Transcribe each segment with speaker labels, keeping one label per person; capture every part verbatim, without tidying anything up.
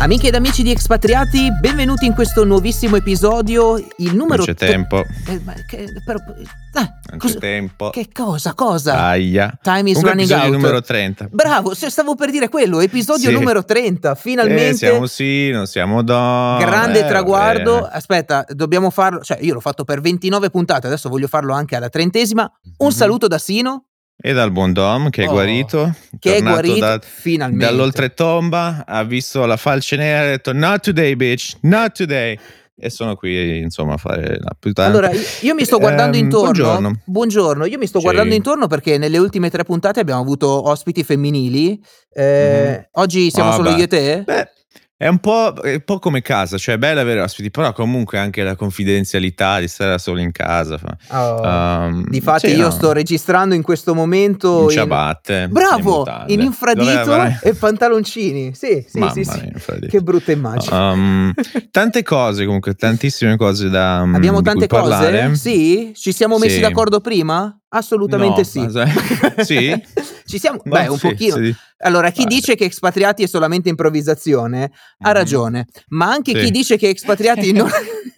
Speaker 1: Amiche ed amici di Expatriati, benvenuti in questo nuovissimo episodio, il numero...
Speaker 2: Non c'è tempo.
Speaker 1: Eh, ma che, però, eh,
Speaker 2: Non
Speaker 1: cosa-
Speaker 2: c'è tempo.
Speaker 1: Che cosa, cosa?
Speaker 2: Aia.
Speaker 1: Time is
Speaker 2: Comunque
Speaker 1: running
Speaker 2: episodio
Speaker 1: out.
Speaker 2: numero trenta.
Speaker 1: Bravo, se- stavo per dire quello, episodio
Speaker 2: Sì.
Speaker 1: numero trenta, finalmente.
Speaker 2: Eh, siamo sì, non siamo do.
Speaker 1: Grande
Speaker 2: eh,
Speaker 1: traguardo.
Speaker 2: vabbè.
Speaker 1: Aspetta, dobbiamo farlo, cioè io l'ho fatto per ventinove puntate, adesso voglio farlo anche alla trentesima. Un
Speaker 2: Mhm.
Speaker 1: saluto da Sino,
Speaker 2: E dal buon Dom che è
Speaker 1: Oh,
Speaker 2: guarito,
Speaker 1: che è
Speaker 2: tornato
Speaker 1: guarito,
Speaker 2: da-
Speaker 1: finalmente.
Speaker 2: dall'oltretomba, ha visto la falce nera e ha detto not today bitch, not today. E sono qui insomma a fare la puttana.
Speaker 1: Allora, io, io mi sto guardando
Speaker 2: Ehm,
Speaker 1: intorno.
Speaker 2: Buongiorno.
Speaker 1: Buongiorno, io mi sto
Speaker 2: Sì.
Speaker 1: guardando intorno perché nelle ultime tre puntate abbiamo avuto ospiti femminili. Eh,
Speaker 2: Mhm.
Speaker 1: Oggi siamo
Speaker 2: Ah,
Speaker 1: solo
Speaker 2: beh.
Speaker 1: io e te?
Speaker 2: Beh, è un po', è un po' come casa, cioè è bello avere ospiti, però comunque anche la confidenzialità di stare solo in casa. fa-
Speaker 1: Oh,
Speaker 2: Um,
Speaker 1: Difatti
Speaker 2: sì,
Speaker 1: io
Speaker 2: no.
Speaker 1: sto registrando in questo momento
Speaker 2: In ciabatte, in
Speaker 1: Bravo!
Speaker 2: mutande.
Speaker 1: In infradito
Speaker 2: Dov'è-
Speaker 1: e pantaloncini. Sì, sì,
Speaker 2: Mamma
Speaker 1: sì, sì.
Speaker 2: mia, infradito.
Speaker 1: Che brutta immagine.
Speaker 2: Um, tante cose comunque, tantissime cose da um,
Speaker 1: Abbiamo
Speaker 2: di
Speaker 1: tante
Speaker 2: cui
Speaker 1: cose?
Speaker 2: parlare.
Speaker 1: Sì? Ci siamo messi
Speaker 2: Sì.
Speaker 1: d'accordo prima? Assolutamente
Speaker 2: No,
Speaker 1: sì.
Speaker 2: ma sai- sì?
Speaker 1: Ci siamo,
Speaker 2: No,
Speaker 1: beh, un
Speaker 2: sì,
Speaker 1: pochino.
Speaker 2: sì.
Speaker 1: Allora, chi
Speaker 2: Vai.
Speaker 1: dice che Expatriati è solamente improvvisazione ha
Speaker 2: Mhm.
Speaker 1: ragione, ma anche
Speaker 2: Sì.
Speaker 1: chi dice che Expatriati non...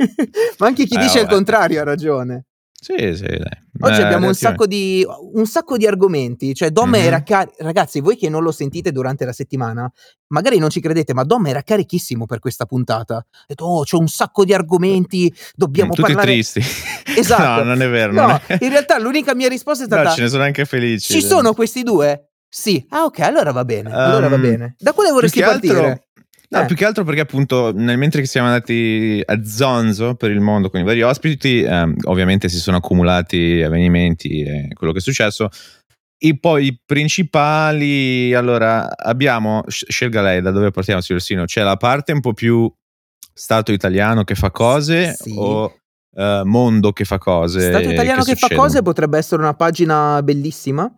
Speaker 1: ma anche chi
Speaker 2: Eh,
Speaker 1: dice il
Speaker 2: vabbè.
Speaker 1: contrario ha ragione.
Speaker 2: Sì, sì, dai.
Speaker 1: Oggi
Speaker 2: Eh,
Speaker 1: abbiamo un
Speaker 2: relativamente-
Speaker 1: sacco di un sacco di argomenti, cioè Dom
Speaker 2: Mhm.
Speaker 1: era car- ragazzi, voi che non lo sentite durante la settimana, magari non ci credete, ma Dom era carichissimo per questa puntata. Ha detto "Oh, c'ho un sacco di argomenti, dobbiamo
Speaker 2: Mm, tutti
Speaker 1: parlare".
Speaker 2: tristi.
Speaker 1: Esatto.
Speaker 2: No, non è vero.
Speaker 1: No,
Speaker 2: non è...
Speaker 1: in realtà l'unica mia risposta è
Speaker 2: No,
Speaker 1: stata
Speaker 2: ce ne sono anche felici.
Speaker 1: "Ci sono questi due?" Sì. Ah, ok, allora va bene. Allora va
Speaker 2: Um,
Speaker 1: bene. Da quale vorresti
Speaker 2: più che altro-
Speaker 1: partire?
Speaker 2: No,
Speaker 1: Eh.
Speaker 2: più che altro perché appunto nel mentre che siamo andati a zonzo per il mondo con i vari ospiti, ehm, ovviamente si sono accumulati avvenimenti e quello che è successo. I poi i principali, allora abbiamo, sc- scelga lei da dove partiamo, signor Sino, c'è la parte un po' più stato italiano che fa cose
Speaker 1: Sì.
Speaker 2: o eh, mondo che fa cose?
Speaker 1: Stato italiano che, fa
Speaker 2: succedono?
Speaker 1: cose potrebbe essere una pagina bellissima,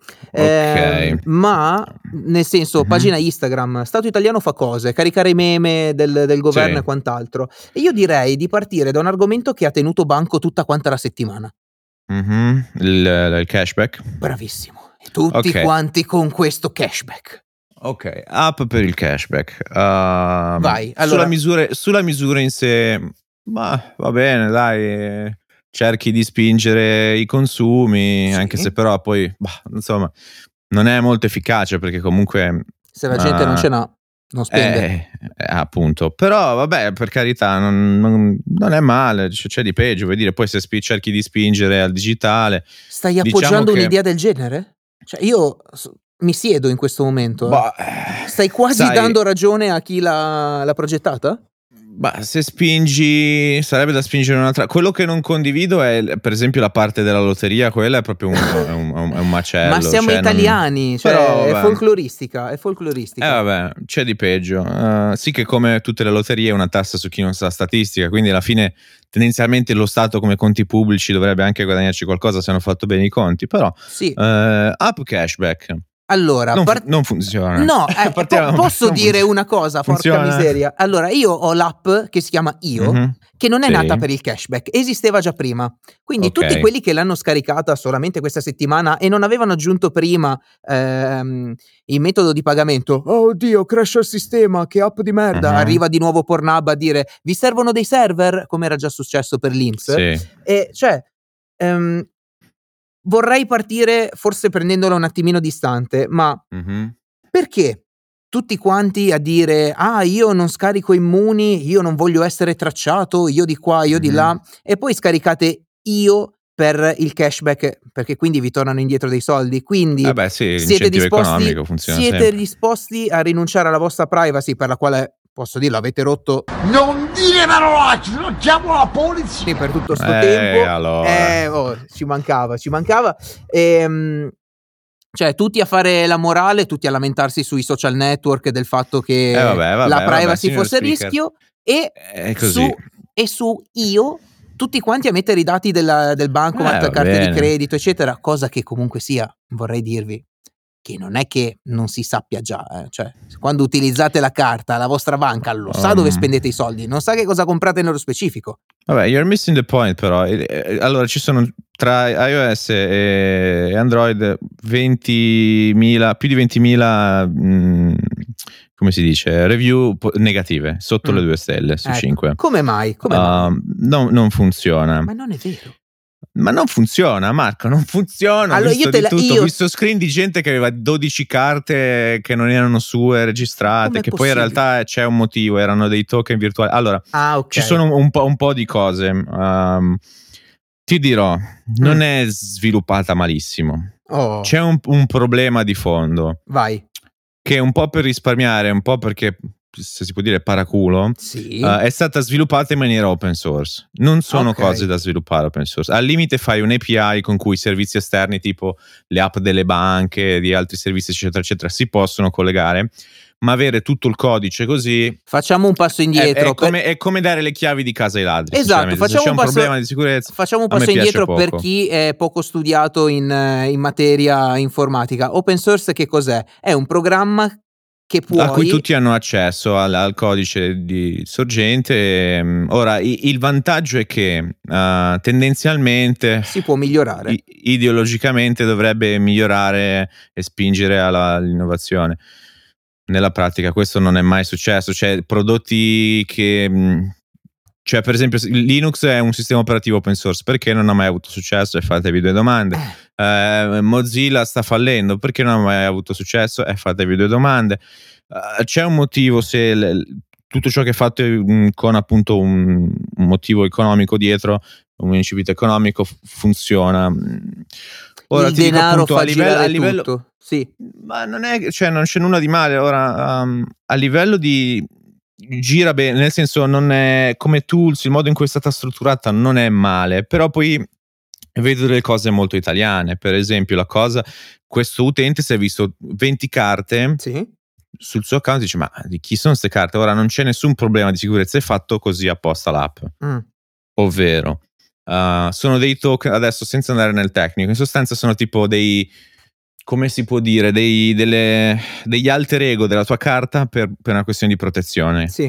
Speaker 1: ehm, ma nel senso
Speaker 2: Mhm.
Speaker 1: pagina Instagram, Stato italiano fa cose, caricare i meme del, del governo
Speaker 2: Sì.
Speaker 1: e quant'altro. E io direi di partire da un argomento che ha tenuto banco tutta quanta la settimana.
Speaker 2: Mhm. Il, il cashback.
Speaker 1: Bravissimo. E tutti
Speaker 2: Ok.
Speaker 1: quanti con questo cashback.
Speaker 2: Ok, app per il cashback. Uh,
Speaker 1: Vai, allora-
Speaker 2: sulla, misura, sulla misura in sé, ma va bene, dai. Cerchi di spingere i consumi,
Speaker 1: Sì.
Speaker 2: anche se però poi, bah, insomma, non è molto efficace perché comunque.
Speaker 1: Se la gente
Speaker 2: uh,
Speaker 1: non ce n'ha, non spende.
Speaker 2: Eh, eh, appunto, però vabbè, per carità, non, non- non è male, c- c'è di peggio, vuoi dire, poi se spi- cerchi di spingere al digitale.
Speaker 1: Stai
Speaker 2: diciamo
Speaker 1: appoggiando
Speaker 2: che-
Speaker 1: un'idea del genere? Cioè io s- mi siedo in questo momento. eh.
Speaker 2: Bah, eh,
Speaker 1: Stai quasi
Speaker 2: sai,
Speaker 1: dando ragione a chi l'ha, l'ha progettata?
Speaker 2: Bah, se spingi, sarebbe da spingere un'altra. Quello che non condivido è, per esempio, la parte della lotteria. Quella è proprio un, è un, è un macello.
Speaker 1: Ma siamo
Speaker 2: cioè, non-
Speaker 1: italiani, cioè
Speaker 2: Però,
Speaker 1: è
Speaker 2: vabbè.
Speaker 1: folcloristica, è
Speaker 2: Eh,
Speaker 1: folcloristica.
Speaker 2: vabbè, c'è di peggio. Uh, sì, che come tutte le lotterie è una tassa su chi non sa statistica. Quindi, alla fine, tendenzialmente, lo Stato, come conti pubblici, dovrebbe anche guadagnarci qualcosa se hanno fatto bene i conti. Però,
Speaker 1: Sì.
Speaker 2: uh, app cashback
Speaker 1: Allora,
Speaker 2: non, fu-
Speaker 1: part-
Speaker 2: non funziona.
Speaker 1: no, eh,
Speaker 2: Partiamo-
Speaker 1: po- posso
Speaker 2: non
Speaker 1: dire
Speaker 2: funziona.
Speaker 1: una cosa, porca
Speaker 2: Funziona.
Speaker 1: miseria. Allora, io ho l'app che si chiama Io,
Speaker 2: Mhm.
Speaker 1: che non è
Speaker 2: Sì.
Speaker 1: nata per il cashback, esisteva già prima. Quindi
Speaker 2: Ok.
Speaker 1: tutti quelli che l'hanno scaricata solamente questa settimana e non avevano aggiunto prima ehm, il metodo di pagamento, oh oddio, crash il sistema, che app di merda,
Speaker 2: Mhm.
Speaker 1: arriva di nuovo Pornhub a dire vi servono dei server, come era già successo per l'I N P S.
Speaker 2: Sì.
Speaker 1: E cioè, ehm, vorrei partire forse prendendola un attimino distante, ma
Speaker 2: Mhm.
Speaker 1: perché tutti quanti a dire ah io non scarico Immuni, io non voglio essere tracciato, io di qua, io di
Speaker 2: Mhm.
Speaker 1: là, e poi scaricate Io per il cashback, perché quindi vi tornano indietro dei soldi, quindi
Speaker 2: Eh beh, sì,
Speaker 1: siete
Speaker 2: l'incentivo
Speaker 1: disposti,
Speaker 2: economico funziona
Speaker 1: siete
Speaker 2: sempre.
Speaker 1: disposti a rinunciare alla vostra privacy, per la quale posso dirlo avete rotto
Speaker 3: Non dire parolacce, non chiamo la polizia.
Speaker 1: per tutto sto
Speaker 2: Eh,
Speaker 1: tempo.
Speaker 2: allora.
Speaker 1: Eh, oh, ci mancava, ci mancava. Ehm, cioè, tutti a fare la morale, tutti a lamentarsi sui social network del fatto che
Speaker 2: Eh, vabbè, vabbè,
Speaker 1: la
Speaker 2: vabbè,
Speaker 1: privacy
Speaker 2: signor
Speaker 1: fosse a
Speaker 2: speaker.
Speaker 1: rischio, e
Speaker 2: È così.
Speaker 1: su, e su Io tutti quanti a mettere i dati della- del bancomat,
Speaker 2: Eh, va
Speaker 1: carte di
Speaker 2: bene.
Speaker 1: credito, eccetera, cosa che comunque sia, vorrei dirvi, che non è che non si sappia già, eh. Cioè, quando utilizzate la carta, la vostra banca lo sa
Speaker 2: Um.
Speaker 1: dove spendete i soldi, non sa che cosa comprate nello specifico.
Speaker 2: Vabbè, you're missing the point, però. Eh, eh, Allora, ci sono tra iOS e Android ventimila, più di ventimila mh, come si dice, review negative sotto mm. le due stelle su
Speaker 1: ecco.
Speaker 2: cinque.
Speaker 1: Come mai? Come uh, mai?
Speaker 2: No, non funziona.
Speaker 1: Ma non è vero.
Speaker 2: Ma non funziona, Marco, non funziona.
Speaker 1: Allora,
Speaker 2: ho visto
Speaker 1: io te
Speaker 2: di
Speaker 1: la,
Speaker 2: tutto,
Speaker 1: io...
Speaker 2: ho visto screen di gente che aveva dodici carte che non erano sue registrate,
Speaker 1: Com'è
Speaker 2: che
Speaker 1: possibile?
Speaker 2: poi in realtà c'è un motivo, erano dei token virtuali. Allora,
Speaker 1: ah, okay.
Speaker 2: ci sono un po', un po' di cose. Um, ti dirò, non mm. è sviluppata malissimo.
Speaker 1: Oh.
Speaker 2: C'è un, un problema di fondo.
Speaker 1: Vai.
Speaker 2: Che un po' per risparmiare, un po' perché, se si può dire paraculo,
Speaker 1: sì.
Speaker 2: uh, è stata sviluppata in maniera open source. Non sono
Speaker 1: okay.
Speaker 2: cose da sviluppare open source. Al limite fai un A P I con cui servizi esterni tipo le app delle banche, di altri servizi eccetera eccetera si possono collegare, ma avere tutto il codice così...
Speaker 1: Facciamo un passo indietro.
Speaker 2: È, è, come, è come dare le chiavi di casa ai ladri.
Speaker 1: Esatto, facciamo
Speaker 2: se c'è
Speaker 1: un,
Speaker 2: un
Speaker 1: passo,
Speaker 2: problema di sicurezza,
Speaker 1: facciamo un passo indietro per chi è poco studiato in, in materia informatica. Open source che cos'è? È un programma che puoi...
Speaker 2: a cui tutti hanno accesso al, al codice di sorgente. Ora, i, il vantaggio è che uh, tendenzialmente
Speaker 1: si può migliorare.
Speaker 2: I, ideologicamente dovrebbe migliorare e spingere alla, all'innovazione. Nella pratica questo non è mai successo. Cioè prodotti che... Cioè, per esempio, Linux è un sistema operativo open source, perché non ha mai avuto successo? E fatevi due domande. Eh, Mozilla sta fallendo, perché non ha mai avuto successo? E fatevi due domande. Uh, c'è un motivo se le, tutto ciò che è fatto um, con appunto un, un motivo economico dietro, un incipito economico, f- funziona. Ora
Speaker 1: il
Speaker 2: ti
Speaker 1: denaro
Speaker 2: dico, appunto,
Speaker 1: fa
Speaker 2: a livello, a livello
Speaker 1: tutto. Sì.
Speaker 2: Ma non è, cioè non c'è nulla di male. Ora, um, a livello di gira bene, nel senso, non è come tools, il modo in cui è stata strutturata non è male, però poi vedo delle cose molto italiane. Per esempio, la cosa, questo utente si è visto venti carte
Speaker 1: sì.
Speaker 2: sul suo account, dice: ma di chi sono queste carte? Ora non c'è nessun problema di sicurezza, è fatto così apposta l'app.
Speaker 1: Mm.
Speaker 2: Ovvero uh, sono dei token, adesso senza andare nel tecnico, in sostanza sono tipo dei, come si può dire, dei, delle, degli alter ego della tua carta per, per una questione di protezione.
Speaker 1: Sì.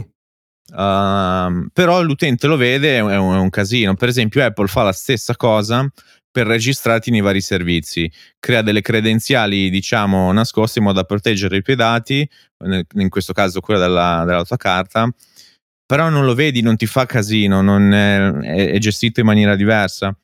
Speaker 2: Uh, però l'utente lo vede, è un, è un casino. Per esempio Apple fa la stessa cosa per registrarti nei vari servizi, crea delle credenziali, diciamo, nascoste in modo da proteggere i tuoi dati, in questo caso quella della, della tua carta, però non lo vedi, non ti fa casino, non è, è gestito in maniera diversa.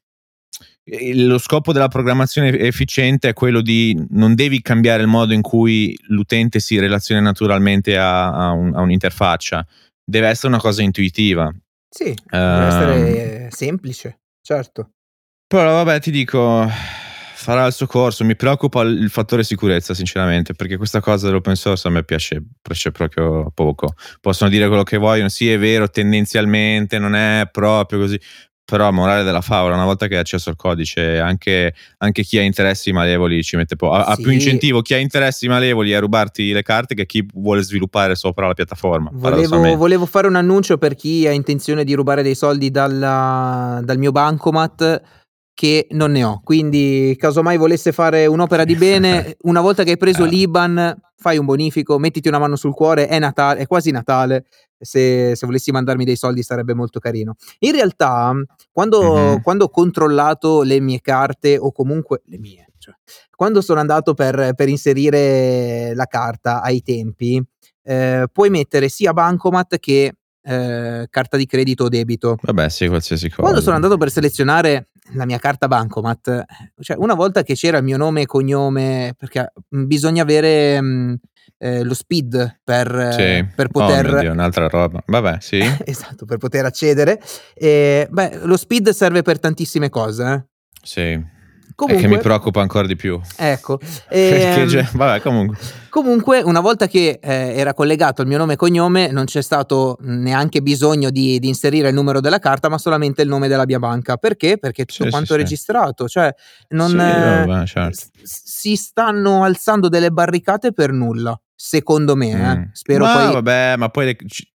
Speaker 2: Lo scopo della programmazione efficiente è quello di non devi cambiare il modo in cui l'utente si relaziona naturalmente a, a, un, a un'interfaccia, deve essere una cosa intuitiva.
Speaker 1: Sì, deve um, essere semplice, certo.
Speaker 2: Però vabbè, ti dico, farà il suo corso. Mi preoccupa il fattore sicurezza, sinceramente, perché questa cosa dell'open source a me piace, piace proprio poco. Possono dire quello che vogliono, sì, è vero, tendenzialmente non è proprio così, però morale della favola, una volta che hai accesso al codice, anche, anche chi ha interessi malevoli ci mette po'. Ha, sì. ha più incentivo chi ha interessi malevoli a rubarti le carte che chi vuole sviluppare sopra la piattaforma.
Speaker 1: Volevo, volevo fare un annuncio per chi ha intenzione di rubare dei soldi dalla, dal mio bancomat, che non ne ho, quindi casomai volesse fare un'opera di bene, una volta che hai preso l'I B A N fai un bonifico, mettiti una mano sul cuore, è Natale, è quasi Natale, se, se volessi mandarmi dei soldi sarebbe molto carino. In realtà quando, mm-hmm. quando ho controllato le mie carte, o comunque le mie, cioè, quando sono andato per, per inserire la carta ai tempi, eh, puoi mettere sia bancomat che eh, carta di credito o debito.
Speaker 2: Vabbè, sì, qualsiasi cosa.
Speaker 1: Quando sono andato per selezionare la mia carta bancomat, cioè una volta che c'era il mio nome e cognome, perché bisogna avere mh, eh, lo SPID per,
Speaker 2: sì.
Speaker 1: per poter...
Speaker 2: Oh mio Dio, un'altra roba. Vabbè, sì.
Speaker 1: Esatto, per poter accedere. E, beh, lo SPID serve per tantissime cose. Eh.
Speaker 2: Sì.
Speaker 1: Comunque,
Speaker 2: è che mi preoccupa ancora di più.
Speaker 1: Ecco.
Speaker 2: Perché già, vabbè, comunque.
Speaker 1: Comunque, una volta che eh, era collegato il mio nome e cognome, non c'è stato neanche bisogno di, di inserire il numero della carta, ma solamente il nome della mia banca. Perché? Perché tutto sì, quanto sì, è registrato. Cioè, non,
Speaker 2: sì,
Speaker 1: eh,
Speaker 2: vabbè, certo.
Speaker 1: s- si stanno alzando delle barricate per nulla. Secondo me, eh.
Speaker 2: mm.
Speaker 1: Spero
Speaker 2: ma
Speaker 1: poi.
Speaker 2: Vabbè, ma poi le,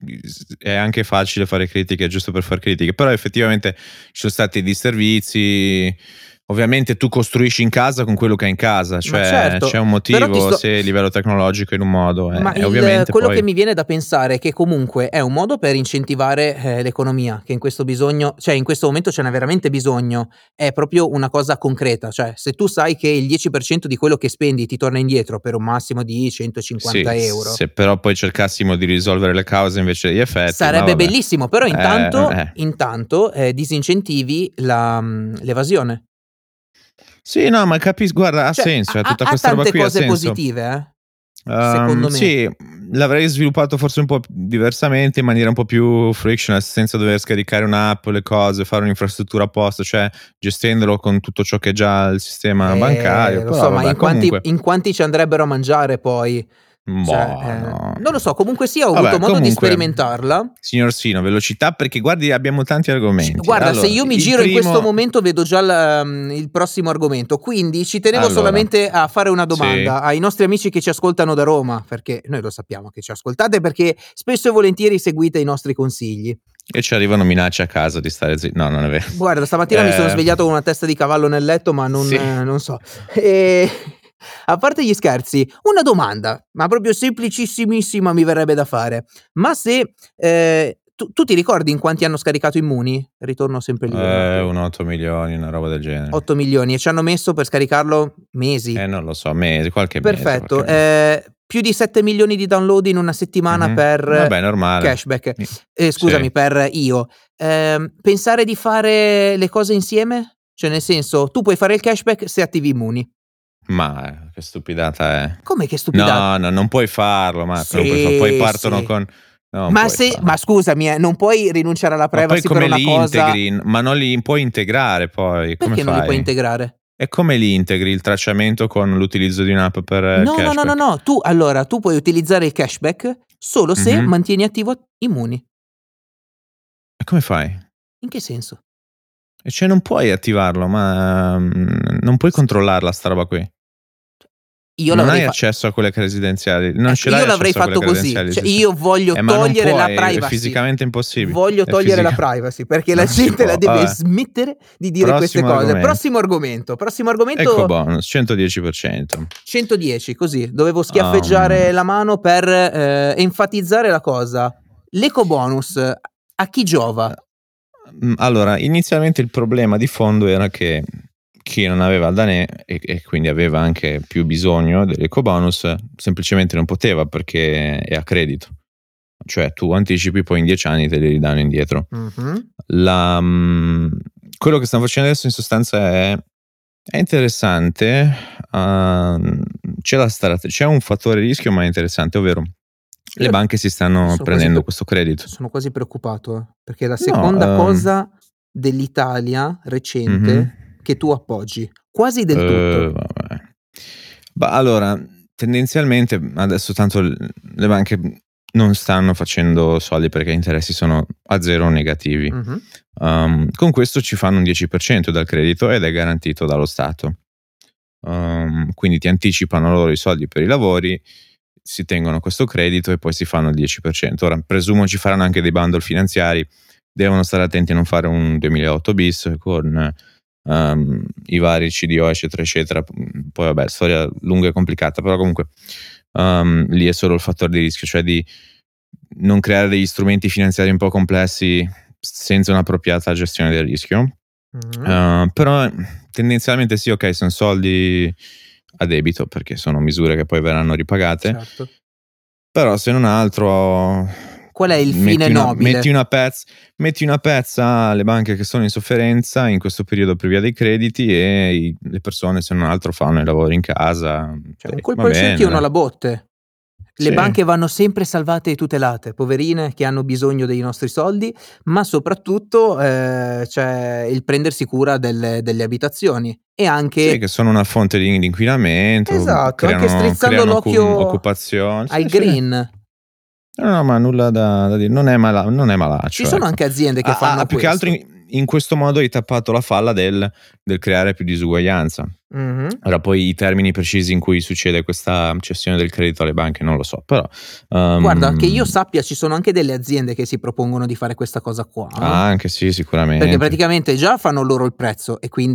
Speaker 2: è anche facile fare critiche, giusto per fare critiche. Però effettivamente ci sono stati disservizi. ovviamente tu costruisci in casa con quello che hai in casa, cioè
Speaker 1: certo,
Speaker 2: c'è un
Speaker 1: però ti
Speaker 2: motivo
Speaker 1: sto-
Speaker 2: se il livello tecnologico è in un modo, eh,
Speaker 1: Ma
Speaker 2: e
Speaker 1: il-
Speaker 2: ovviamente
Speaker 1: quello
Speaker 2: poi
Speaker 1: che mi viene da pensare è che comunque è un modo per incentivare eh, l'economia, che in questo bisogno, cioè in questo momento ce n'è veramente bisogno, è proprio una cosa concreta, cioè se tu sai che il dieci per cento di quello che spendi ti torna indietro per un massimo di
Speaker 2: sì,
Speaker 1: centocinquanta euro,
Speaker 2: se però poi cercassimo di risolvere le cause invece degli effetti, ma
Speaker 1: sarebbe
Speaker 2: vabbè.
Speaker 1: bellissimo, però
Speaker 2: Eh,
Speaker 1: intanto,
Speaker 2: eh.
Speaker 1: intanto eh, disincentivi la, mm, l'evasione.
Speaker 2: Sì, no, ma capisco, guarda, ha
Speaker 1: Cioè
Speaker 2: senso,
Speaker 1: ha,
Speaker 2: eh,
Speaker 1: ha-
Speaker 2: tutta
Speaker 1: ha
Speaker 2: questa roba
Speaker 1: tante
Speaker 2: qui ha
Speaker 1: cose
Speaker 2: senso.
Speaker 1: positive, eh,
Speaker 2: Ehm,
Speaker 1: secondo me.
Speaker 2: sì, l'avrei sviluppato forse un po' diversamente, in maniera un po' più frictionless, senza dover scaricare un'app, le cose, fare un'infrastruttura apposta, cioè gestendolo con tutto ciò che è già il sistema
Speaker 1: Eh,
Speaker 2: bancario.
Speaker 1: lo
Speaker 2: Però
Speaker 1: so, ma
Speaker 2: vabbè,
Speaker 1: in quanti,
Speaker 2: comunque,
Speaker 1: in quanti ci andrebbero a mangiare poi? Cioè,
Speaker 2: boh,
Speaker 1: eh,
Speaker 2: no.
Speaker 1: non lo so, comunque sia, ho
Speaker 2: Vabbè,
Speaker 1: avuto modo di
Speaker 2: comunque,
Speaker 1: sperimentarla.
Speaker 2: signor Sino, velocità, perché guardi, abbiamo tanti
Speaker 1: Ci-
Speaker 2: argomenti.
Speaker 1: Guarda, se
Speaker 2: Allora,
Speaker 1: io mi
Speaker 2: il
Speaker 1: giro in questo
Speaker 2: primo,
Speaker 1: momento vedo già la- mm, il prossimo argomento, quindi ci tenevo
Speaker 2: allora,
Speaker 1: solamente a fare una
Speaker 2: sì,
Speaker 1: domanda ai nostri amici che ci ascoltano da Roma, perché noi lo sappiamo che ci ascoltate, perché spesso e volentieri seguite i nostri consigli.
Speaker 2: e ci arrivano minacce a casa di stare zitti. No, non è vero.
Speaker 1: Guarda, stamattina mi sono
Speaker 2: Eh,
Speaker 1: svegliato con una testa di cavallo nel letto, ma non,
Speaker 2: sì.
Speaker 1: eh, non so. E, a parte gli scherzi, una domanda, ma proprio semplicissimissima mi verrebbe da fare. Ma se eh, tu, tu ti ricordi in quanti hanno scaricato Immuni? Ritorno sempre lì. un
Speaker 2: Eh,
Speaker 1: attimo.
Speaker 2: un otto milioni, una roba del genere.
Speaker 1: otto milioni e ci hanno messo per scaricarlo mesi.
Speaker 2: Eh, non lo so, mesi, qualche mese.
Speaker 1: Perfetto.
Speaker 2: qualche mese.
Speaker 1: eh, più di sette milioni di download in una settimana
Speaker 2: Mhm.
Speaker 1: per
Speaker 2: Vabbè, normale.
Speaker 1: cashback.
Speaker 2: Mi-
Speaker 1: Eh, scusami,
Speaker 2: sì.
Speaker 1: per io. Ehm, pensare di fare le cose insieme? Cioè, nel senso, tu puoi fare il cashback se attivi Immuni.
Speaker 2: Ma eh, che stupidata è.
Speaker 1: Come che stupidata?
Speaker 2: No, no, non puoi farlo, ma non puoi farlo.
Speaker 1: Sì,
Speaker 2: Poi partono
Speaker 1: sì.
Speaker 2: con... no, non
Speaker 1: Ma,
Speaker 2: puoi
Speaker 1: se,
Speaker 2: farlo.
Speaker 1: ma scusami, eh, non puoi rinunciare alla
Speaker 2: Ma poi
Speaker 1: privacy per
Speaker 2: come
Speaker 1: una
Speaker 2: li
Speaker 1: cosa.
Speaker 2: integri? Ma non li puoi integrare poi. Come
Speaker 1: Perché non li
Speaker 2: fai?
Speaker 1: puoi integrare?
Speaker 2: E come li integri il tracciamento con l'utilizzo di un'app per eh,
Speaker 1: No, no,
Speaker 2: cashback?
Speaker 1: no, no, no. Tu allora tu puoi utilizzare il cashback solo se
Speaker 2: Mhm.
Speaker 1: mantieni attivo Immuni.
Speaker 2: E come fai?
Speaker 1: In che senso?
Speaker 2: E cioè non puoi attivarlo, ma mm, non puoi controllarla sta roba qui.
Speaker 1: Io
Speaker 2: non
Speaker 1: l'avrei
Speaker 2: hai
Speaker 1: fa-
Speaker 2: accesso a quelle residenziali. Non
Speaker 1: Ecco,
Speaker 2: ce l'hai
Speaker 1: io l'avrei
Speaker 2: accesso a
Speaker 1: fatto
Speaker 2: quelle
Speaker 1: così.
Speaker 2: credenziali,
Speaker 1: Cioè,
Speaker 2: sì, sì.
Speaker 1: io voglio
Speaker 2: Eh, ma non
Speaker 1: togliere la
Speaker 2: puoi, è
Speaker 1: privacy.
Speaker 2: fisicamente impossibile.
Speaker 1: Voglio
Speaker 2: È
Speaker 1: togliere la
Speaker 2: fisica-
Speaker 1: privacy perché la
Speaker 2: Non si
Speaker 1: gente la
Speaker 2: può,
Speaker 1: deve
Speaker 2: vabbè.
Speaker 1: smettere di dire queste
Speaker 2: Prossimo
Speaker 1: cose.
Speaker 2: argomento.
Speaker 1: Prossimo argomento. Prossimo argomento.
Speaker 2: Ecco bonus, centodieci per cento.
Speaker 1: centodieci, così. Dovevo schiaffeggiare
Speaker 2: Um,
Speaker 1: la mano per eh, enfatizzare la cosa. L'eco bonus a chi giova?
Speaker 2: Mm, Allora, inizialmente il problema di fondo era che chi non aveva il Danè e, e quindi aveva anche più bisogno dell'ecobonus semplicemente non poteva perché è a credito. Cioè tu anticipi, poi in dieci anni te li ridanno indietro.
Speaker 1: Mhm.
Speaker 2: La, mm, quello che stanno facendo adesso in sostanza è, è interessante. uh, c'è, la strate- c'è un fattore rischio, ma è interessante, ovvero le
Speaker 1: Io
Speaker 2: banche si stanno
Speaker 1: sono quasi
Speaker 2: prendendo
Speaker 1: pre-
Speaker 2: questo credito.
Speaker 1: Sono quasi preoccupato, eh, perché è la
Speaker 2: No,
Speaker 1: seconda
Speaker 2: ehm,
Speaker 1: cosa dell'Italia recente
Speaker 2: mhm.
Speaker 1: che tu appoggi. Quasi del
Speaker 2: Eh,
Speaker 1: tutto.
Speaker 2: vabbè. Ma allora, tendenzialmente adesso tanto l- le banche non stanno facendo soldi perché gli interessi sono a zero o negativi.
Speaker 1: Mhm.
Speaker 2: Um, con questo ci fanno un dieci per cento dal credito ed è garantito dallo Stato. Um, quindi ti anticipano loro i soldi per i lavori, si tengono questo credito e poi si fanno il dieci per cento. Ora presumo ci faranno anche dei bundle finanziari, devono stare attenti a non fare un duemilaotto bis con um, i vari C D O eccetera eccetera. Poi vabbè, storia lunga e complicata, però comunque um, lì è solo il fattore di rischio, cioè di non creare degli strumenti finanziari un po' complessi senza un'appropriata gestione del rischio.
Speaker 1: Mhm.
Speaker 2: Uh, però tendenzialmente sì, ok, sono soldi a debito perché sono misure che poi verranno ripagate.
Speaker 1: Certo.
Speaker 2: Però se non altro,
Speaker 1: Qual è il
Speaker 2: metti
Speaker 1: fine
Speaker 2: una,
Speaker 1: nobile?
Speaker 2: metti una pezza metti una pezza alle banche che sono in sofferenza in questo periodo per via dei crediti e i- le persone se non altro fanno i lavori in casa.
Speaker 1: Cioè,
Speaker 2: Sì,
Speaker 1: un colpo
Speaker 2: va
Speaker 1: al
Speaker 2: bene,
Speaker 1: cerchio e uno
Speaker 2: dai.
Speaker 1: alla botte. Le
Speaker 2: Sì.
Speaker 1: banche vanno sempre salvate e tutelate, poverine che hanno bisogno dei nostri soldi, ma soprattutto eh, c'è il prendersi cura delle, delle abitazioni e anche
Speaker 2: Sì, che sono una fonte di, di inquinamento,
Speaker 1: esatto, anche
Speaker 2: creano,
Speaker 1: strizzando
Speaker 2: creano
Speaker 1: l'occhio
Speaker 2: occu- occupazione.
Speaker 1: al
Speaker 2: Sì, sì.
Speaker 1: green.
Speaker 2: No, no, ma nulla da, da dire, non è, mala, non è malaccio.
Speaker 1: Ci sono
Speaker 2: ecco.
Speaker 1: anche aziende che
Speaker 2: Ah,
Speaker 1: fanno
Speaker 2: ah, più che
Speaker 1: questo.
Speaker 2: altro in, in questo modo hai tappato la falla del, del creare più disuguaglianza.
Speaker 1: Mhm.
Speaker 2: Ora poi i termini precisi in cui succede questa cessione del credito alle banche non lo so, però um,
Speaker 1: Guarda, che io sappia ci sono anche delle aziende che si propongono di fare questa cosa qua.
Speaker 2: ah, anche sì, sicuramente.
Speaker 1: Perché praticamente già fanno loro il prezzo e quindi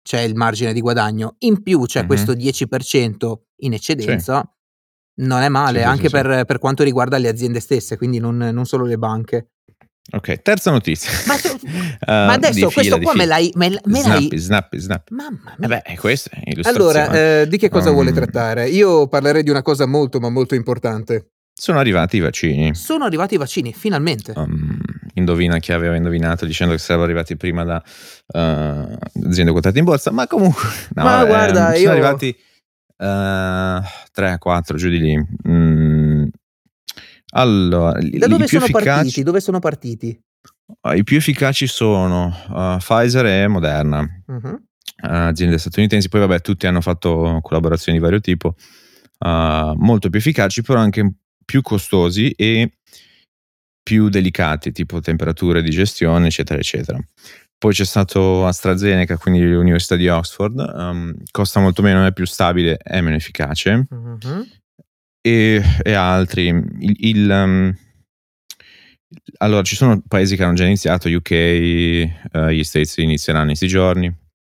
Speaker 1: c'è il margine di guadagno, in più c'è
Speaker 2: Mhm.
Speaker 1: questo dieci per cento in eccedenza, non è male,
Speaker 2: Sì, sì,
Speaker 1: anche
Speaker 2: sì, sì.
Speaker 1: per, per quanto riguarda le aziende stesse, quindi non, non solo le banche.
Speaker 2: Ok, terza notizia.
Speaker 1: Ma, tu,
Speaker 2: Uh,
Speaker 1: ma adesso
Speaker 2: di fila,
Speaker 1: questo
Speaker 2: di
Speaker 1: qua me
Speaker 2: fila.
Speaker 1: l'hai... Me, l- me
Speaker 2: Snappy,
Speaker 1: l'hai...
Speaker 2: snappy, snappy.
Speaker 1: Mamma
Speaker 2: Eh
Speaker 1: mia.
Speaker 2: beh, questa è illustrazione.
Speaker 1: Allora, eh, di che cosa vuole
Speaker 2: Um,
Speaker 1: trattare? Io parlerei di una cosa molto ma molto importante.
Speaker 2: Sono arrivati i vaccini.
Speaker 1: Sono arrivati i vaccini, finalmente.
Speaker 2: Um, indovina chi aveva indovinato dicendo che sarebbero arrivati prima da uh, aziende quotate in borsa, ma comunque no,
Speaker 1: Ma
Speaker 2: vabbè,
Speaker 1: guarda,
Speaker 2: ehm, sono
Speaker 1: io-
Speaker 2: arrivati uh, tre quattro giù di lì. Mm, allora, i-
Speaker 1: Da
Speaker 2: i
Speaker 1: dove
Speaker 2: più
Speaker 1: sono
Speaker 2: efficaci,
Speaker 1: partiti? Dove sono partiti?
Speaker 2: i più efficaci sono uh, Pfizer e Moderna,
Speaker 1: Mhm.
Speaker 2: uh, aziende statunitensi. Poi vabbè, tutti hanno fatto collaborazioni di vario tipo, uh, molto più efficaci, però anche più costosi e più delicati, tipo temperature di gestione, eccetera, eccetera. Poi c'è stato AstraZeneca, quindi l'Università di Oxford, um, costa molto meno, è più stabile, è meno efficace,
Speaker 1: Mhm.
Speaker 2: e, e altri. Il, il, um, allora, ci sono paesi che hanno già iniziato, U K, uh, gli States inizieranno in questi giorni.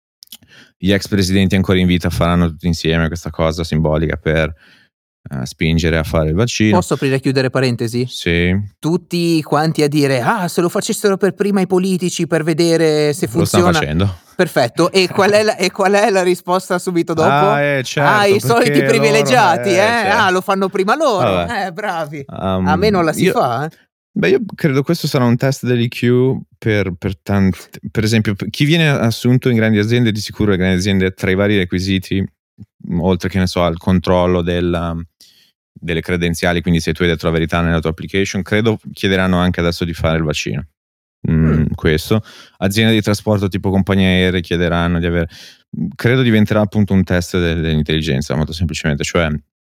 Speaker 2: Gli ex presidenti ancora in vita faranno tutti insieme questa cosa simbolica per uh, spingere a fare il vaccino.
Speaker 1: Posso aprire e chiudere parentesi?
Speaker 2: Sì.
Speaker 1: Tutti quanti a dire, ah, se lo facessero per prima i politici per vedere se
Speaker 2: Lo stanno
Speaker 1: funziona.
Speaker 2: facendo.
Speaker 1: Perfetto, e qual è la, e qual è la risposta subito dopo?
Speaker 2: Ah, eh, certo,
Speaker 1: ah, i
Speaker 2: perché
Speaker 1: soliti
Speaker 2: loro-
Speaker 1: privilegiati,
Speaker 2: eh,
Speaker 1: eh?
Speaker 2: certo.
Speaker 1: Ah, lo fanno prima loro,
Speaker 2: Vabbè.
Speaker 1: eh, bravi.
Speaker 2: Um,
Speaker 1: A me non la si
Speaker 2: io-
Speaker 1: fa, eh?
Speaker 2: Beh, io credo questo sarà un test dell'I Q per, per tanti. Per esempio, per chi viene assunto in grandi aziende, di sicuro le grandi aziende, tra i vari requisiti, mh, oltre che ne so, al controllo della- delle credenziali, quindi se tu hai detto la verità nella tua application, credo chiederanno anche adesso di fare il vaccino. Mm,
Speaker 1: Mm.
Speaker 2: Questo. Aziende di trasporto tipo compagnie aeree chiederanno di avere. Credo diventerà appunto un test de- dell'intelligenza, molto semplicemente, cioè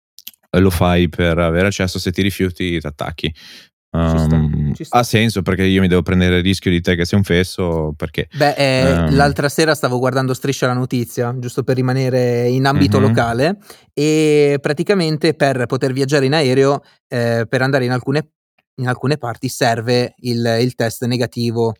Speaker 2: lo fai per avere accesso, se ti rifiuti ti attacchi.
Speaker 1: Ci sta,
Speaker 2: Um,
Speaker 1: ci sta.
Speaker 2: ha senso, perché io mi devo prendere il rischio di te che sei un fesso, perché
Speaker 1: Beh, eh,
Speaker 2: Ehm.
Speaker 1: l'altra sera stavo guardando Striscia la notizia, giusto per rimanere in ambito
Speaker 2: Mhm.
Speaker 1: locale, e praticamente per poter viaggiare in aereo, eh, per andare in alcune, in alcune parti serve il, il test negativo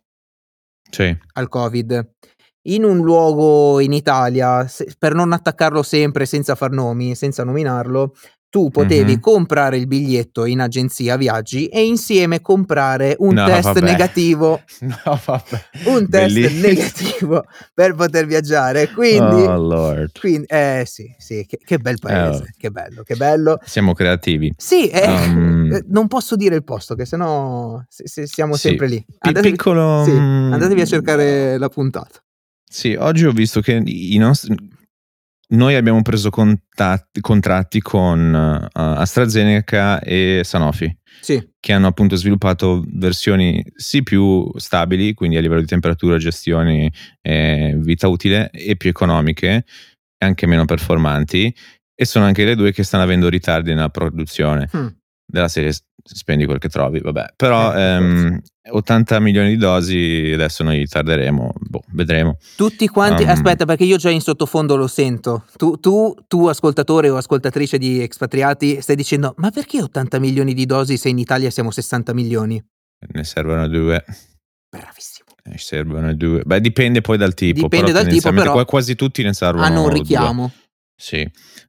Speaker 2: sì.
Speaker 1: al Covid. In un luogo in Italia, se- per non attaccarlo sempre senza far nomi, senza nominarlo, tu potevi
Speaker 2: Mhm.
Speaker 1: comprare il biglietto in agenzia viaggi e insieme comprare un
Speaker 2: No,
Speaker 1: test
Speaker 2: vabbè.
Speaker 1: negativo.
Speaker 2: No, vabbè.
Speaker 1: Un test
Speaker 2: Bellissimo.
Speaker 1: negativo per poter viaggiare. Quindi,
Speaker 2: Oh Lord.
Speaker 1: quindi eh sì, sì, che, che bel paese,
Speaker 2: Eh.
Speaker 1: che bello, che bello.
Speaker 2: Siamo creativi.
Speaker 1: Sì, eh,
Speaker 2: Um,
Speaker 1: eh, non posso dire il posto, che sennò se, se siamo
Speaker 2: sì.
Speaker 1: sempre lì.
Speaker 2: Pi-
Speaker 1: Andatevi,
Speaker 2: piccolo.
Speaker 1: sì,
Speaker 2: mm,
Speaker 1: andatevi a cercare la puntata.
Speaker 2: Sì, oggi ho visto che i nostri. Noi abbiamo preso contatti, contratti con uh, AstraZeneca e Sanofi,
Speaker 1: Sì,
Speaker 2: che hanno appunto sviluppato versioni sì più stabili, quindi a livello di temperatura, gestione, eh, vita utile, e più economiche, e anche meno performanti, e sono anche le due che stanno avendo ritardi nella produzione.
Speaker 1: hm,
Speaker 2: Della serie spendi quel che trovi, vabbè. Però
Speaker 1: Eh, per
Speaker 2: ehm, ottanta milioni di dosi, adesso noi tarderemo, boh, vedremo.
Speaker 1: tutti quanti,
Speaker 2: Um,
Speaker 1: aspetta, perché io già in sottofondo lo sento. Tu, tu, tu, ascoltatore o ascoltatrice di Expatriati, stai dicendo: ma perché ottanta milioni di dosi se in Italia siamo sessanta milioni?
Speaker 2: Ne servono due.
Speaker 1: Bravissimo.
Speaker 2: Ne servono due. Beh, dipende poi dal tipo.
Speaker 1: Dipende
Speaker 2: però
Speaker 1: dal tipo,
Speaker 2: tendenzialmente
Speaker 1: però
Speaker 2: qua- quasi tutti ne servono
Speaker 1: hanno un
Speaker 2: due.
Speaker 1: richiamo.
Speaker 2: Sì.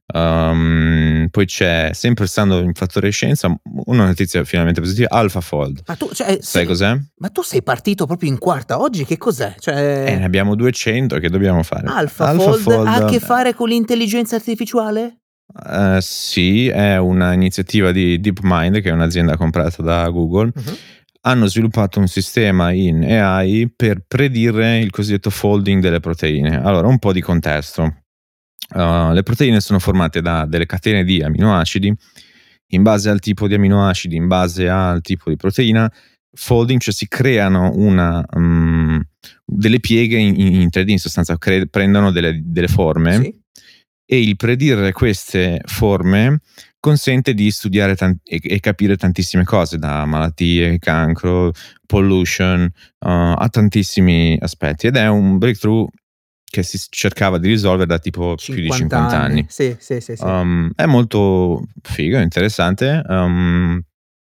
Speaker 2: Um, poi c'è, sempre stando in fattore scienza, una notizia finalmente positiva: AlphaFold.
Speaker 1: Ma tu, cioè,
Speaker 2: Sai
Speaker 1: se-
Speaker 2: cos'è?
Speaker 1: Ma tu sei partito proprio in quarta. Oggi che cos'è? Cioè,
Speaker 2: Eh, ne abbiamo duecento, che dobbiamo fare?
Speaker 1: AlphaFold ha a che fare con l'intelligenza artificiale?
Speaker 2: Uh, sì, è un'iniziativa di DeepMind, che è un'azienda comprata da Google.
Speaker 1: Mhm.
Speaker 2: Hanno sviluppato un sistema in A I per predire il cosiddetto folding delle proteine. Allora, un po' di contesto. Uh, le proteine sono formate da delle catene di aminoacidi. In base al tipo di aminoacidi, in base al tipo di proteina, folding, cioè si creano una, um, delle pieghe in, in tre D, in sostanza cre- prendono delle, delle forme.
Speaker 1: Sì.
Speaker 2: E il predire queste forme consente di studiare tant- e-, e capire tantissime cose, da malattie, cancro, pollution, uh, a tantissimi aspetti, ed è un breakthrough che si cercava di risolvere da tipo più di cinquanta anni.
Speaker 1: Sì, sì, sì, sì.
Speaker 2: Um, è molto figo, interessante, um,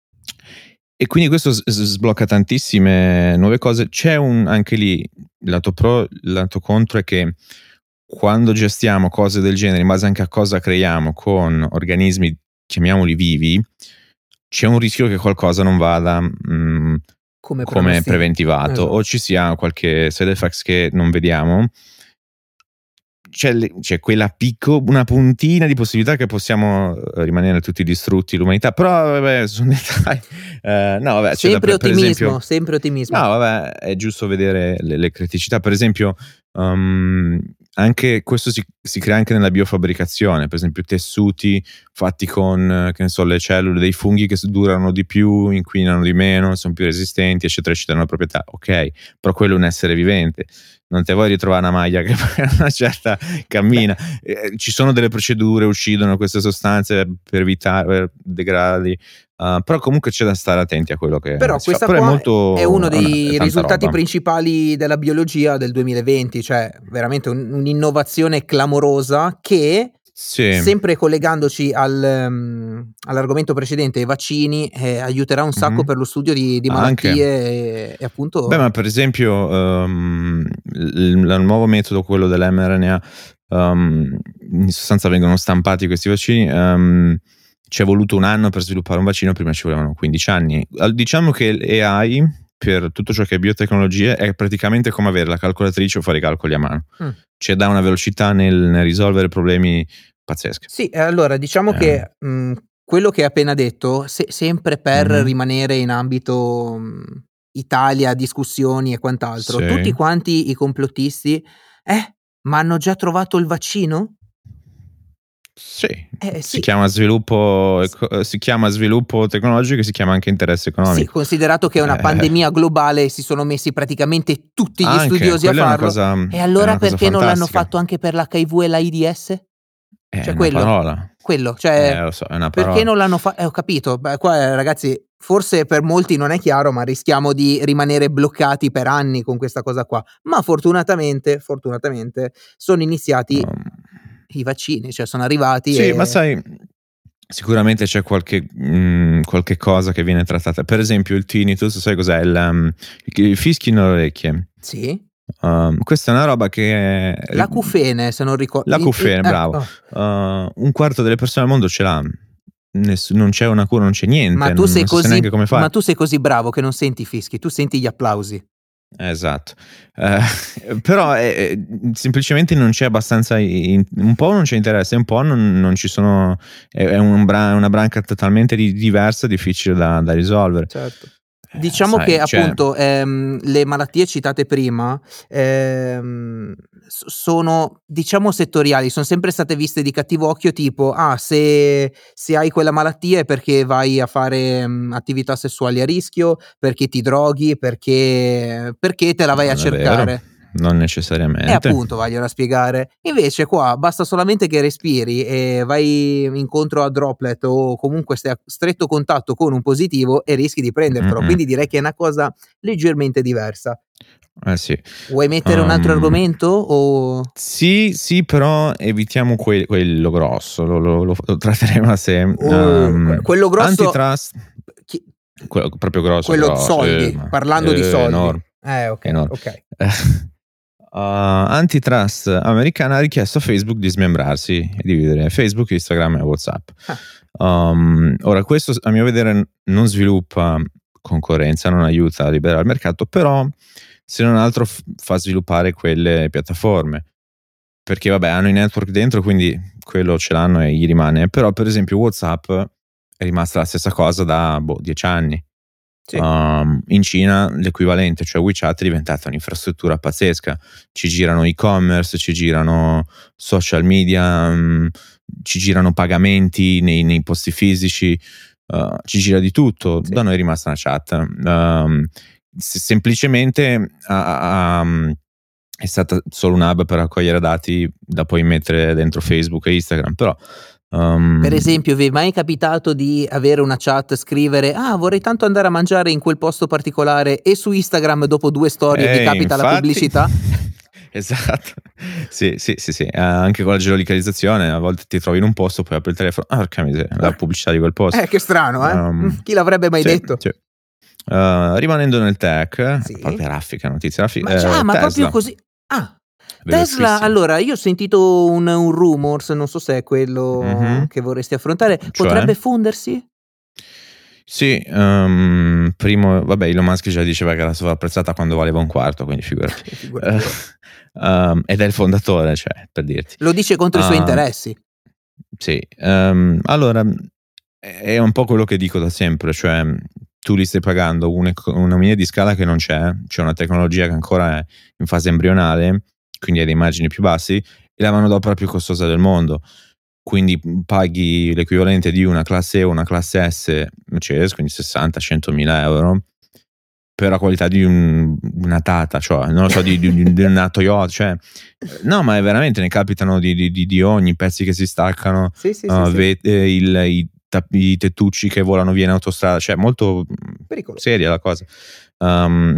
Speaker 2: e quindi questo s- s- sblocca tantissime nuove cose. C'è un, anche lì, il lato pro, il lato contro è che quando gestiamo cose del genere in base anche a cosa creiamo con organismi, chiamiamoli vivi, c'è un rischio che qualcosa non vada mh,
Speaker 1: come,
Speaker 2: come preventivato,
Speaker 1: esatto.
Speaker 2: o ci sia qualche side effects che non vediamo. C'è, c'è quella picco, una puntina di possibilità che possiamo rimanere tutti distrutti, l'umanità, però vabbè, sono dettagli. Uh, no, vabbè,
Speaker 1: sempre
Speaker 2: c'è da,
Speaker 1: ottimismo,
Speaker 2: per esempio,
Speaker 1: sempre ottimismo.
Speaker 2: No, vabbè, è giusto vedere le, le criticità. Per esempio, um, anche questo si, si crea anche nella biofabbricazione, per esempio tessuti fatti con, che ne so, le cellule dei funghi che durano di più, inquinano di meno, sono più resistenti, eccetera, eccetera, hanno proprietà. Ok, però quello è un essere vivente. Non te vuoi ritrovare una maglia che a una certa cammina. Eh, ci sono delle procedure, uscidono queste sostanze per evitare per degradi. Uh, però comunque c'è da stare attenti a quello che
Speaker 1: però
Speaker 2: si
Speaker 1: questa
Speaker 2: fa. Però
Speaker 1: qua
Speaker 2: è, molto,
Speaker 1: è uno dei
Speaker 2: è
Speaker 1: risultati
Speaker 2: roba.
Speaker 1: principali della biologia del duemilaventi, cioè veramente un, un'innovazione clamorosa che
Speaker 2: sì.
Speaker 1: sempre collegandoci al, um, all'argomento precedente, i vaccini, eh, aiuterà un sacco mm-hmm. per lo studio di, di malattie e, e appunto.
Speaker 2: Beh, ma per esempio um, il, il nuovo metodo, quello dell'mRNA, um, in sostanza vengono stampati questi vaccini. Um, ci è voluto un anno per sviluppare un vaccino, prima ci volevano quindici anni. Diciamo che l'A I, per tutto ciò che è biotecnologie, è praticamente come avere la calcolatrice o fare i calcoli a mano. Mm. Cioè dà una velocità nel, nel risolvere problemi pazzesche.
Speaker 1: Sì, allora diciamo eh. che mh, quello che hai appena detto, se, sempre per mm-hmm. rimanere in ambito mh, Italia, discussioni e quant'altro, sì. Tutti quanti i complottisti, eh, ma hanno già trovato il vaccino?
Speaker 2: Sì,
Speaker 1: eh,
Speaker 2: si
Speaker 1: sì.
Speaker 2: chiama sviluppo si chiama sviluppo tecnologico e si chiama anche interesse economico.
Speaker 1: Sì, considerato che è una
Speaker 2: eh.
Speaker 1: pandemia globale, si sono messi praticamente tutti gli
Speaker 2: anche,
Speaker 1: studiosi a farlo.
Speaker 2: Cosa,
Speaker 1: e allora perché non
Speaker 2: fantastica.
Speaker 1: l'hanno fatto anche per l'H I V e l'AIDS?
Speaker 2: È
Speaker 1: cioè
Speaker 2: una
Speaker 1: quello,
Speaker 2: parola.
Speaker 1: quello, cioè
Speaker 2: eh, lo so, è una parola.
Speaker 1: Perché non l'hanno fatto? Eh, ho capito. Beh, qua ragazzi, forse per molti non è chiaro, ma rischiamo di rimanere bloccati per anni con questa cosa qua. Ma fortunatamente, fortunatamente sono iniziati um. i vaccini, cioè sono arrivati.
Speaker 2: Sì,
Speaker 1: e...
Speaker 2: ma sai, sicuramente c'è qualche, mh, qualche cosa che viene trattata. Per esempio il tinnitus, sai cos'è? Il, um, il fischi nelle orecchie.
Speaker 1: Sì.
Speaker 2: Um, questa è una roba che è...
Speaker 1: l'acufene, se non ricordo.
Speaker 2: L'acufene, in, bravo. Eh, oh. uh, un quarto delle persone al mondo ce l'ha. Ness- non c'è una cura, non c'è niente.
Speaker 1: Ma tu
Speaker 2: non,
Speaker 1: sei
Speaker 2: non
Speaker 1: così,
Speaker 2: so neanche come fare.
Speaker 1: Ma tu sei così bravo che non senti i fischi, tu senti gli applausi.
Speaker 2: Esatto, uh, però è, è, semplicemente non c'è abbastanza, in, un po' non c'è interesse, un po' non, non ci sono, è, è un bra- una branca totalmente di, diversa, difficile da, da risolvere.
Speaker 1: Certo. Diciamo eh, sai, che cioè... appunto ehm, le malattie citate prima ehm, sono diciamo settoriali, sono sempre state viste di cattivo occhio, tipo ah se, se hai quella malattia è perché vai a fare um, attività sessuali a rischio, perché ti droghi, perché, perché te la vai
Speaker 2: non
Speaker 1: a cercare.
Speaker 2: Vero. Non necessariamente.
Speaker 1: E appunto vogliono spiegare. Invece qua basta solamente che respiri e vai incontro a droplet o comunque stai a stretto contatto con un positivo e rischi di prendertelo. Mm-mm. Quindi direi che è una cosa leggermente diversa.
Speaker 2: Eh sì.
Speaker 1: Vuoi mettere um, un altro argomento? O...
Speaker 2: Sì, sì, però evitiamo que- quello grosso. Lo, lo, lo, lo tratteremo a sé.
Speaker 1: Oh, um, quello grosso.
Speaker 2: Antitrust.
Speaker 1: Chi...
Speaker 2: Quello proprio grosso.
Speaker 1: Quello
Speaker 2: grosso,
Speaker 1: soldi.
Speaker 2: Eh,
Speaker 1: parlando
Speaker 2: eh,
Speaker 1: di soldi.
Speaker 2: Enorme.
Speaker 1: Eh, ok.
Speaker 2: Enorme.
Speaker 1: okay.
Speaker 2: Uh, Antitrust americana ha richiesto a Facebook di smembrarsi e dividere Facebook, Instagram e WhatsApp. Ah. Um, ora, questo a mio vedere non sviluppa concorrenza, non aiuta a liberare il mercato, però se non altro f- fa sviluppare quelle piattaforme. Perché vabbè, hanno i network dentro, quindi quello ce l'hanno e gli rimane. Però per esempio WhatsApp è rimasta la stessa cosa da boh, dieci anni. Sì. Um, in Cina l'equivalente, cioè WeChat, è diventata un'infrastruttura pazzesca. Ci girano e-commerce, ci girano social media, um, ci girano pagamenti nei, nei posti fisici, uh, ci gira di tutto. Sì. Da noi è rimasta una chat. Um, semplicemente a, a, è stata solo un hub per raccogliere dati da poi mettere dentro Facebook e Instagram, però Um,
Speaker 1: per esempio, vi è mai capitato di avere una chat, scrivere ah vorrei tanto andare a mangiare in quel posto particolare e su Instagram dopo due storie
Speaker 2: eh,
Speaker 1: vi capita
Speaker 2: infatti,
Speaker 1: la pubblicità?
Speaker 2: Esatto, sì sì sì sì, uh, anche con la geolocalizzazione a volte ti trovi in un posto, poi apri il telefono, ah porca miseria, la pubblicità di quel posto.
Speaker 1: Eh che strano, eh? Um, chi l'avrebbe mai
Speaker 2: sì,
Speaker 1: detto?
Speaker 2: Sì. Uh, rimanendo nel tech,
Speaker 1: sì.
Speaker 2: proprio raffica, notizie raffica.
Speaker 1: Ma, cioè,
Speaker 2: eh,
Speaker 1: ma
Speaker 2: Tesla.
Speaker 1: proprio così? Ah, Tesla, allora io ho sentito un, un rumors, non so se è quello
Speaker 2: Mhm.
Speaker 1: che vorresti affrontare,
Speaker 2: Cioè?
Speaker 1: potrebbe fondersi?
Speaker 2: Sì, um, primo, vabbè, Elon Musk già diceva che era sovrapprezzata quando valeva un quarto, quindi figurati.
Speaker 1: Figurati.
Speaker 2: Um, ed è il fondatore, cioè, per dirti.
Speaker 1: Lo dice contro i suoi
Speaker 2: Um,
Speaker 1: interessi.
Speaker 2: Sì, um, allora è un po' quello che dico da sempre, cioè tu li stai pagando una, una miniera di scala che non c'è, c'è una tecnologia che ancora è in fase embrionale, quindi ha dei margini più bassi, e la manodopera più costosa del mondo. Quindi paghi l'equivalente di una classe E o una classe S Mercedes, quindi sessanta cento mila euro, per la qualità di un, una Tata, cioè non lo so, di, di, di una Toyota, cioè no, ma è veramente, ne capitano di, di, di ogni, pezzi che si staccano,
Speaker 1: Sì, sì,
Speaker 2: uh,
Speaker 1: sì,
Speaker 2: ve-
Speaker 1: sì.
Speaker 2: eh, il, i, i tettucci che volano via in autostrada, cioè molto
Speaker 1: Pericoloso.
Speaker 2: seria la cosa. Um,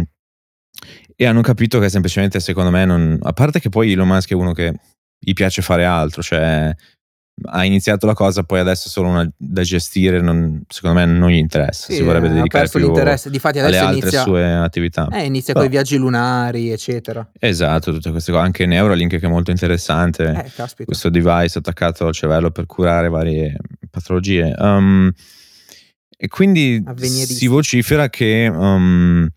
Speaker 2: e hanno capito che semplicemente, secondo me, non, a parte che poi Elon Musk è uno che gli piace fare altro, cioè ha iniziato la cosa, poi adesso è solo una da gestire, non, secondo me non gli interessa,
Speaker 1: Sì,
Speaker 2: si vorrebbe
Speaker 1: ha
Speaker 2: dedicare
Speaker 1: perso
Speaker 2: più
Speaker 1: l'interesse. Difatti
Speaker 2: alle
Speaker 1: adesso
Speaker 2: altre
Speaker 1: inizia,
Speaker 2: sue attività.
Speaker 1: eh, inizia
Speaker 2: Però-
Speaker 1: con i viaggi lunari, eccetera.
Speaker 2: Esatto, tutte queste cose, anche Neuralink che è molto interessante,
Speaker 1: Eh, caspita.
Speaker 2: questo device attaccato al cervello per curare varie patologie. Um, e quindi
Speaker 1: Avveniristi.
Speaker 2: si vocifera che um,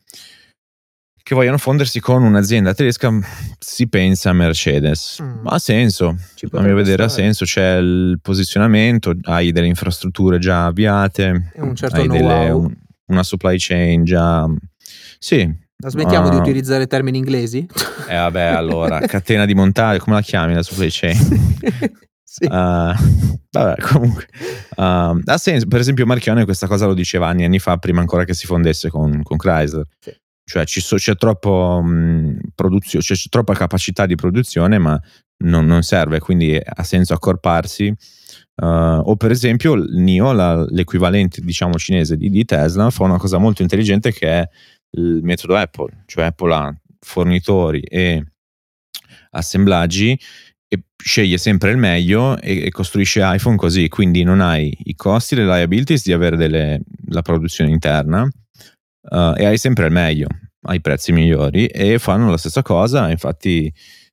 Speaker 2: che vogliono fondersi con un'azienda tedesca, si pensa a Mercedes.
Speaker 1: Mm.
Speaker 2: Ha senso,
Speaker 1: Ci
Speaker 2: a mio
Speaker 1: potrebbe
Speaker 2: vedere ha
Speaker 1: stare.
Speaker 2: senso, c'è il posizionamento, hai delle infrastrutture già avviate,
Speaker 1: E un certo
Speaker 2: hai delle,
Speaker 1: know-how.
Speaker 2: un- una supply chain già... Sì.
Speaker 1: La smettiamo di
Speaker 2: uh,
Speaker 1: utilizzare termini inglesi?
Speaker 2: E vabbè, allora, catena di montaggio, come la chiami la supply chain?
Speaker 1: Sì.
Speaker 2: Uh, vabbè, comunque uh, ha senso. Per esempio Marchionne questa cosa lo diceva anni e anni fa, prima ancora che si fondesse con, con Chrysler.
Speaker 1: Sì.
Speaker 2: Cioè ci so, c'è troppo mh, produzione, cioè, c'è troppa capacità di produzione, ma non, non serve, quindi ha senso accorparsi. Uh, o per esempio il N I O, la, l'equivalente diciamo cinese di, di Tesla, fa una cosa molto intelligente che è il metodo Apple, cioè Apple ha fornitori e assemblaggi e sceglie sempre il meglio e, e costruisce iPhone così, quindi non hai i costi, le liabilities di avere delle, la produzione interna. Uh, e hai sempre il meglio, hai prezzi migliori, e fanno la stessa cosa. Infatti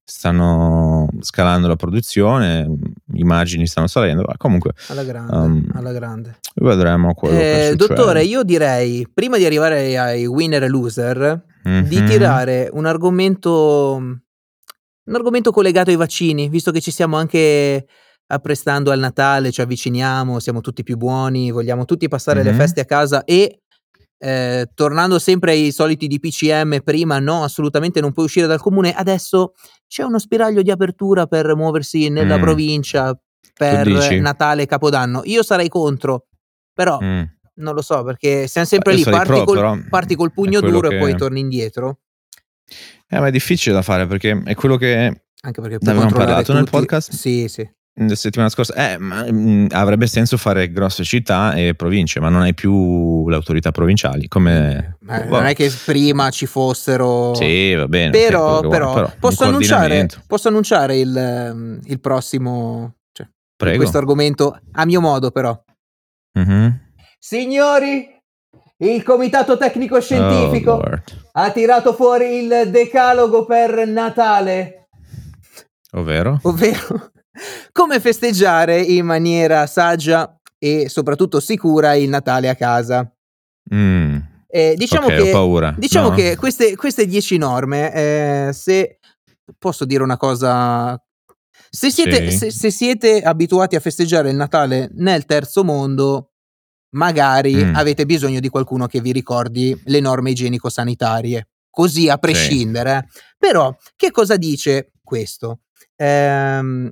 Speaker 2: stanno scalando la produzione, i margini stanno salendo, ma comunque
Speaker 1: Alla grande,
Speaker 2: um,
Speaker 1: alla grande.
Speaker 2: vedremo quello
Speaker 1: Eh,
Speaker 2: che succede.
Speaker 1: dottore, io direi, prima di arrivare ai winner e loser,
Speaker 2: mm-hmm.
Speaker 1: di tirare un argomento un argomento collegato ai vaccini, visto che ci stiamo anche apprestando al Natale, ci avviciniamo, siamo tutti più buoni, vogliamo tutti passare
Speaker 2: mm-hmm.
Speaker 1: le feste a casa e Eh, tornando sempre ai soliti D P C M, prima no, assolutamente non puoi uscire dal comune, adesso c'è uno spiraglio di apertura per muoversi nella
Speaker 2: mm.
Speaker 1: provincia per Natale e Capodanno. Io sarei contro, però
Speaker 2: mm.
Speaker 1: non lo so, perché siamo sempre
Speaker 2: Io
Speaker 1: lì, parti,
Speaker 2: pro,
Speaker 1: col,
Speaker 2: però
Speaker 1: parti col pugno duro
Speaker 2: che...
Speaker 1: e poi torni indietro.
Speaker 2: Eh, ma è difficile da fare, perché è quello che
Speaker 1: anche perché
Speaker 2: ne avevamo parlato
Speaker 1: tutti.
Speaker 2: nel podcast.
Speaker 1: Sì, sì.
Speaker 2: La settimana scorsa, eh, ma, mh, avrebbe senso fare grosse città e province, ma non hai più le autorità provinciali. Come
Speaker 1: eh, non è che prima ci fossero.
Speaker 2: Sì, va bene.
Speaker 1: Però,
Speaker 2: okay,
Speaker 1: però,
Speaker 2: però
Speaker 1: posso, annunciare, posso annunciare il, il prossimo. Cioè,
Speaker 2: Prego.
Speaker 1: questo argomento a mio modo, però.
Speaker 2: Mm-hmm.
Speaker 1: Signori, il comitato tecnico scientifico
Speaker 2: oh,
Speaker 1: ha tirato fuori il decalogo per Natale.
Speaker 2: Ovvero?
Speaker 1: Ovvero. Come festeggiare in maniera saggia e soprattutto sicura il Natale a casa.
Speaker 2: Mm.
Speaker 1: Eh, diciamo
Speaker 2: okay,
Speaker 1: che,
Speaker 2: ho paura.
Speaker 1: diciamo
Speaker 2: no?
Speaker 1: che queste, queste dieci norme, eh, se posso dire una cosa, se siete,
Speaker 2: sì.
Speaker 1: se, se siete abituati a festeggiare il Natale nel terzo mondo, magari
Speaker 2: mm.
Speaker 1: avete bisogno di qualcuno che vi ricordi le norme igienico-sanitarie, così a prescindere. Sì. Però che cosa dice questo? Ehm,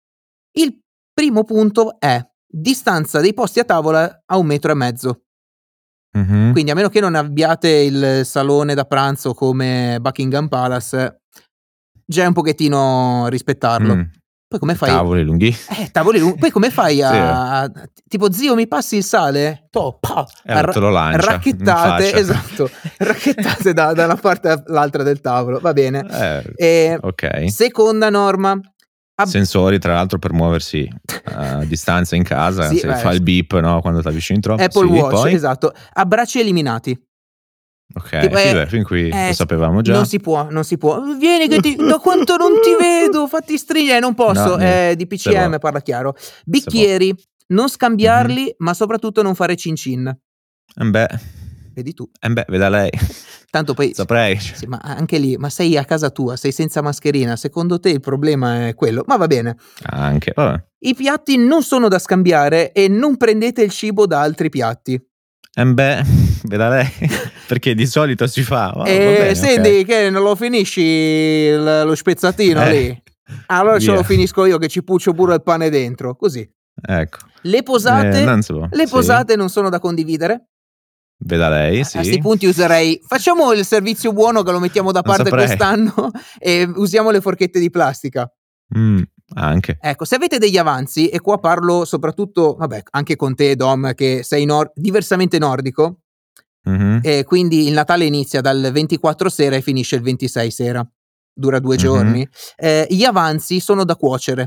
Speaker 1: il primo punto è distanza dei posti a tavola a un metro e mezzo.
Speaker 2: Mm-hmm.
Speaker 1: Quindi a meno che non abbiate il salone da pranzo come Buckingham Palace, già è un pochettino rispettarlo.
Speaker 2: Mm.
Speaker 1: Poi come fai?
Speaker 2: Tavoli lunghi.
Speaker 1: Eh, tavoli lunghi. Poi come fai a,
Speaker 2: sì.
Speaker 1: a tipo zio mi passi il sale? To, pa,
Speaker 2: eh, ra- te lo lancia
Speaker 1: racchettate, esatto, racchettate da, da una parte all'altra del tavolo, va bene.
Speaker 2: Eh,
Speaker 1: e
Speaker 2: ok.
Speaker 1: Seconda norma.
Speaker 2: Ab- Sensori tra l'altro per muoversi a distanza in casa, sì, se beh, fa il beep, no, quando ti avvicini troppo.
Speaker 1: Apple
Speaker 2: sì,
Speaker 1: Watch,
Speaker 2: poi?
Speaker 1: Esatto. Abbracci eliminati.
Speaker 2: Ok,
Speaker 1: Tipo,
Speaker 2: sì,
Speaker 1: eh,
Speaker 2: beh, fin qui
Speaker 1: eh,
Speaker 2: lo sapevamo già.
Speaker 1: Non si può, non si può. Vieni che ti, da quanto non ti vedo, fatti stringere, non posso.
Speaker 2: No, niente.
Speaker 1: Eh, di P C
Speaker 2: Se
Speaker 1: M
Speaker 2: va.
Speaker 1: parla chiaro. Bicchieri, non scambiarli, ma soprattutto non fare cin cin.
Speaker 2: Eh beh,
Speaker 1: Vedi tu.
Speaker 2: eh beh, veda lei.
Speaker 1: Tanto poi
Speaker 2: Saprei.
Speaker 1: sì, ma anche lì, ma sei a casa tua, sei senza mascherina, secondo te il problema è quello? Ma va bene.
Speaker 2: Anche, vabbè.
Speaker 1: I piatti non sono da scambiare e non prendete il cibo da altri piatti.
Speaker 2: Eh beh, veda lei. Perché di solito si fa. Oh,
Speaker 1: e
Speaker 2: va bene,
Speaker 1: senti
Speaker 2: okay.
Speaker 1: che non lo finisci il, lo spezzatino
Speaker 2: Eh,
Speaker 1: lì? Allora ce
Speaker 2: via.
Speaker 1: lo finisco io che ci puccio pure il pane dentro, così.
Speaker 2: Ecco.
Speaker 1: Le posate,
Speaker 2: Eh, non si può,
Speaker 1: le
Speaker 2: sì.
Speaker 1: posate non sono da condividere.
Speaker 2: Veda lei,
Speaker 1: A
Speaker 2: sì.
Speaker 1: sti punti userei, facciamo il servizio buono che lo mettiamo da
Speaker 2: Non
Speaker 1: parte
Speaker 2: saprei.
Speaker 1: quest'anno e usiamo le forchette di plastica.
Speaker 2: Mm, anche.
Speaker 1: Ecco, se avete degli avanzi, e qua parlo soprattutto, vabbè, anche con te Dom, che sei nor- diversamente nordico,
Speaker 2: Mhm.
Speaker 1: e quindi il Natale inizia dal ventiquattro sera e finisce il ventisei sera, dura due
Speaker 2: Mhm.
Speaker 1: giorni. Eh, gli avanzi sono da cuocere.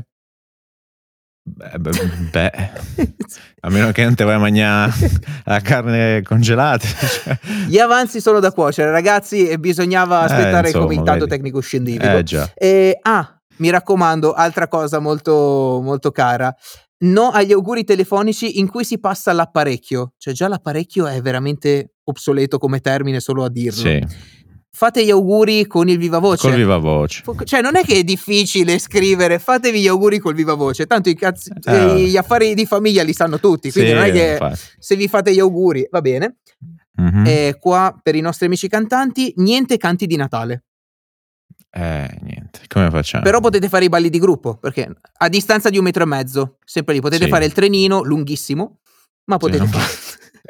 Speaker 2: Beh, beh, beh, a meno che non te vai a mangiare la carne congelata. Cioè.
Speaker 1: Gli avanzi sono da cuocere, ragazzi, e bisognava aspettare
Speaker 2: Eh, insomma,
Speaker 1: il comitato
Speaker 2: vedi.
Speaker 1: tecnico scientifico.
Speaker 2: Eh già.
Speaker 1: E, ah, mi raccomando, altra cosa molto, molto cara, no agli auguri telefonici in cui si passa l'apparecchio, cioè già l'apparecchio è veramente obsoleto come termine solo a dirlo.
Speaker 2: Sì.
Speaker 1: Fate gli auguri con il viva voce.
Speaker 2: Col viva voce.
Speaker 1: Cioè non è che è difficile scrivere, fatevi gli auguri col viva voce, tanto i cazzi,
Speaker 2: Eh,
Speaker 1: gli affari di famiglia li sanno tutti, quindi
Speaker 2: sì,
Speaker 1: non è che
Speaker 2: infatti.
Speaker 1: se vi fate gli auguri va bene.
Speaker 2: Mhm.
Speaker 1: E qua per i nostri amici cantanti niente canti di Natale,
Speaker 2: Eh, niente. Come facciamo?
Speaker 1: però potete fare i balli di gruppo, perché a distanza di un metro e mezzo, sempre lì, potete
Speaker 2: Sì.
Speaker 1: fare il trenino lunghissimo, ma
Speaker 2: Sì,
Speaker 1: potete
Speaker 2: non-
Speaker 1: fare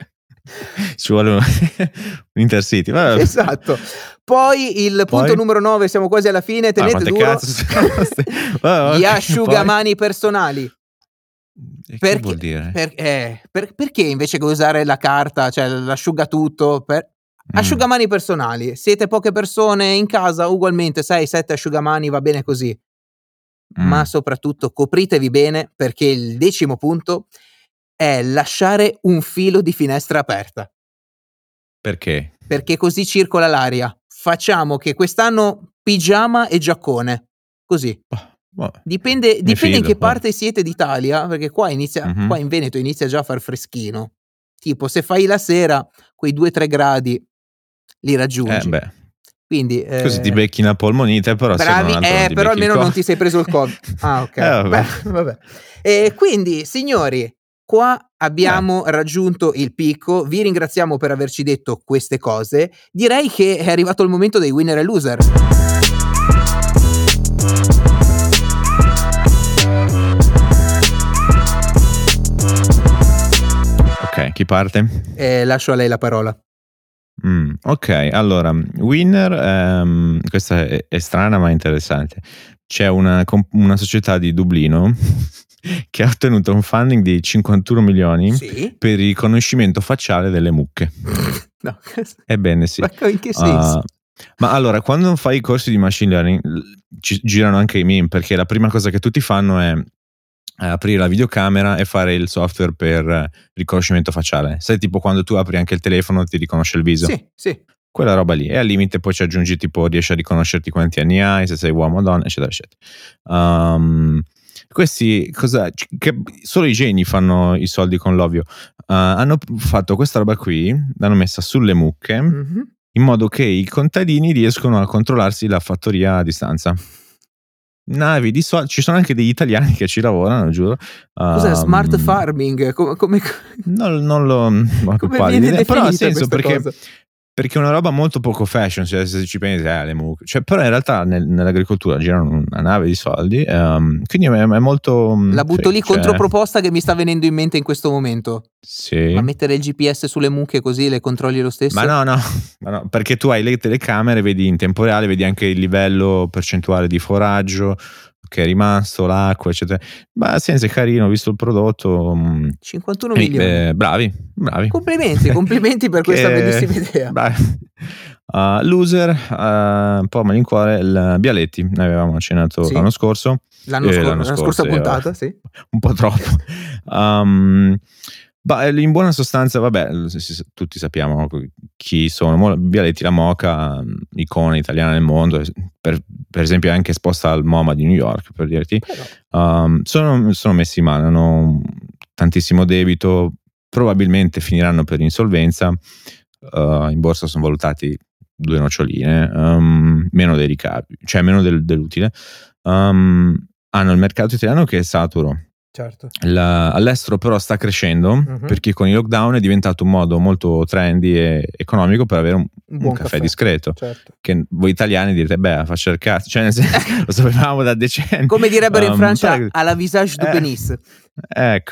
Speaker 2: Ci vuole un, un intercity. Vabbè.
Speaker 1: esatto. Poi il
Speaker 2: Poi?
Speaker 1: punto numero nove, siamo quasi alla fine,
Speaker 2: Ah,
Speaker 1: tenete
Speaker 2: quante
Speaker 1: duro.
Speaker 2: cazzo sono queste? Vabbè,
Speaker 1: Gli
Speaker 2: ok,
Speaker 1: asciugamani personali.
Speaker 2: poi? E che
Speaker 1: Perché,
Speaker 2: vuol dire?
Speaker 1: per- eh, per- perché invece che usare la carta, cioè l'asciugatutto, per...
Speaker 2: Mm.
Speaker 1: asciugamani personali, siete poche persone in casa, ugualmente sei sette asciugamani, va bene così, ma
Speaker 2: Mm.
Speaker 1: soprattutto copritevi bene, perché il decimo punto è lasciare un filo di finestra aperta,
Speaker 2: Perché?
Speaker 1: perché così circola l'aria. Facciamo che quest'anno pigiama e giaccone, così.
Speaker 2: Boh,
Speaker 1: Dipende,
Speaker 2: mi
Speaker 1: dipende in
Speaker 2: fido,
Speaker 1: che parte siete d'Italia, perché qua inizia,
Speaker 2: Mhm.
Speaker 1: qua in Veneto inizia già a far freschino. Tipo, se fai la sera, quei due tre gradi li
Speaker 2: Eh,
Speaker 1: raggiungi.
Speaker 2: beh,
Speaker 1: Quindi, eh,
Speaker 2: così ti becchi una polmonite, però se
Speaker 1: bravi,
Speaker 2: non altro
Speaker 1: eh,
Speaker 2: non ti
Speaker 1: però
Speaker 2: becchi il
Speaker 1: almeno non
Speaker 2: Covid.
Speaker 1: ti sei preso il Covid. Ah, ok.
Speaker 2: Eh, vabbè.
Speaker 1: Beh, vabbè. E quindi, signori, qua abbiamo
Speaker 2: Eh.
Speaker 1: raggiunto il picco. Vi ringraziamo per averci detto queste cose. Direi che è arrivato il momento dei winner e loser.
Speaker 2: Ok, chi parte?
Speaker 1: Eh, lascio a lei la parola.
Speaker 2: Mm, ok, allora, winner, ehm, questa è, è strana ma interessante. C'è una, comp- una società di Dublino che ha ottenuto un funding di cinquantuno milioni
Speaker 1: Sì?
Speaker 2: per il riconoscimento facciale delle mucche.
Speaker 1: No.
Speaker 2: Ebbene sì.
Speaker 1: Ma in che senso?
Speaker 2: Uh, ma allora, quando fai i corsi di machine learning, l- ci girano anche i meme, perché la prima cosa che tutti fanno è eh, aprire la videocamera e fare il software per eh, riconoscimento facciale. Sai, tipo quando tu apri anche il telefono ti riconosce il viso.
Speaker 1: Sì, sì.
Speaker 2: Quella roba lì. E al limite poi ci aggiungi tipo riesci a riconoscerti quanti anni hai, se sei uomo o donna, eccetera, eccetera. Um, questi, cosa, che solo i geni fanno i soldi con l'ovvio. Uh, hanno fatto questa roba qui, l'hanno messa sulle mucche,
Speaker 1: Mm-hmm.
Speaker 2: in modo che i contadini riescono a controllarsi la fattoria a distanza. Navi di soldi, ci sono anche degli italiani che ci lavorano, giuro.
Speaker 1: Cos'è
Speaker 2: Um,
Speaker 1: smart farming? Come, come,
Speaker 2: Non, non lo non ho più
Speaker 1: come
Speaker 2: pallida
Speaker 1: viene
Speaker 2: idea, però ha
Speaker 1: definita
Speaker 2: senso
Speaker 1: questa
Speaker 2: perché,
Speaker 1: cosa?
Speaker 2: perché è una roba molto poco fashion, cioè se ci pensi, eh, le mucche, cioè, però in realtà nel, nell'agricoltura girano una nave di soldi, um, quindi è, è molto...
Speaker 1: La butto
Speaker 2: sì,
Speaker 1: lì,
Speaker 2: cioè,
Speaker 1: controproposta che mi sta venendo in mente in questo momento.
Speaker 2: sì.
Speaker 1: Ma mettere il G P S sulle mucche così le controlli lo stesso?
Speaker 2: Ma no, no, ma no, perché tu hai le telecamere, vedi in tempo reale, vedi anche il livello percentuale di foraggio che è rimasto, l'acqua, eccetera. Ma senza, è carino, ho visto il prodotto. mh,
Speaker 1: cinquantuno
Speaker 2: eh,
Speaker 1: milioni.
Speaker 2: eh, bravi, bravi.
Speaker 1: Complimenti, complimenti per questa
Speaker 2: Che-
Speaker 1: bellissima idea.
Speaker 2: bravi. Uh, loser, uh, un po' a malincuore, il Bialetti, ne avevamo accennato
Speaker 1: Sì.
Speaker 2: l'anno scorso.
Speaker 1: L'anno
Speaker 2: Eh,
Speaker 1: scor-
Speaker 2: l'anno
Speaker 1: la
Speaker 2: scorso,
Speaker 1: scorsa
Speaker 2: eh,
Speaker 1: puntata,
Speaker 2: vabbè.
Speaker 1: sì.
Speaker 2: Un po' troppo. Um, Bah, in buona sostanza, vabbè, tutti sappiamo chi sono. Bialetti La Moca, icona italiana nel mondo, per, per esempio è anche esposta al MoMA di New York, per dirti. Um, sono, sono messi male, hanno tantissimo debito, probabilmente finiranno per insolvenza. Uh, in borsa sono valutati due noccioline, um, meno dei ricavi, cioè meno del, dell'utile. Um, hanno il mercato italiano che è saturo.
Speaker 1: Certo.
Speaker 2: La, all'estero però sta crescendo, uh-huh. perché con i lockdown è diventato un modo molto trendy e economico per avere un, un, un caffè, caffè discreto,
Speaker 1: certo.
Speaker 2: Che voi italiani direte beh, fa cercare, cioè nel senso, lo sapevamo da decenni,
Speaker 1: come direbbero in
Speaker 2: um,
Speaker 1: Francia
Speaker 2: però,
Speaker 1: à la visage du
Speaker 2: eh,
Speaker 1: pénis.
Speaker 2: Ecco,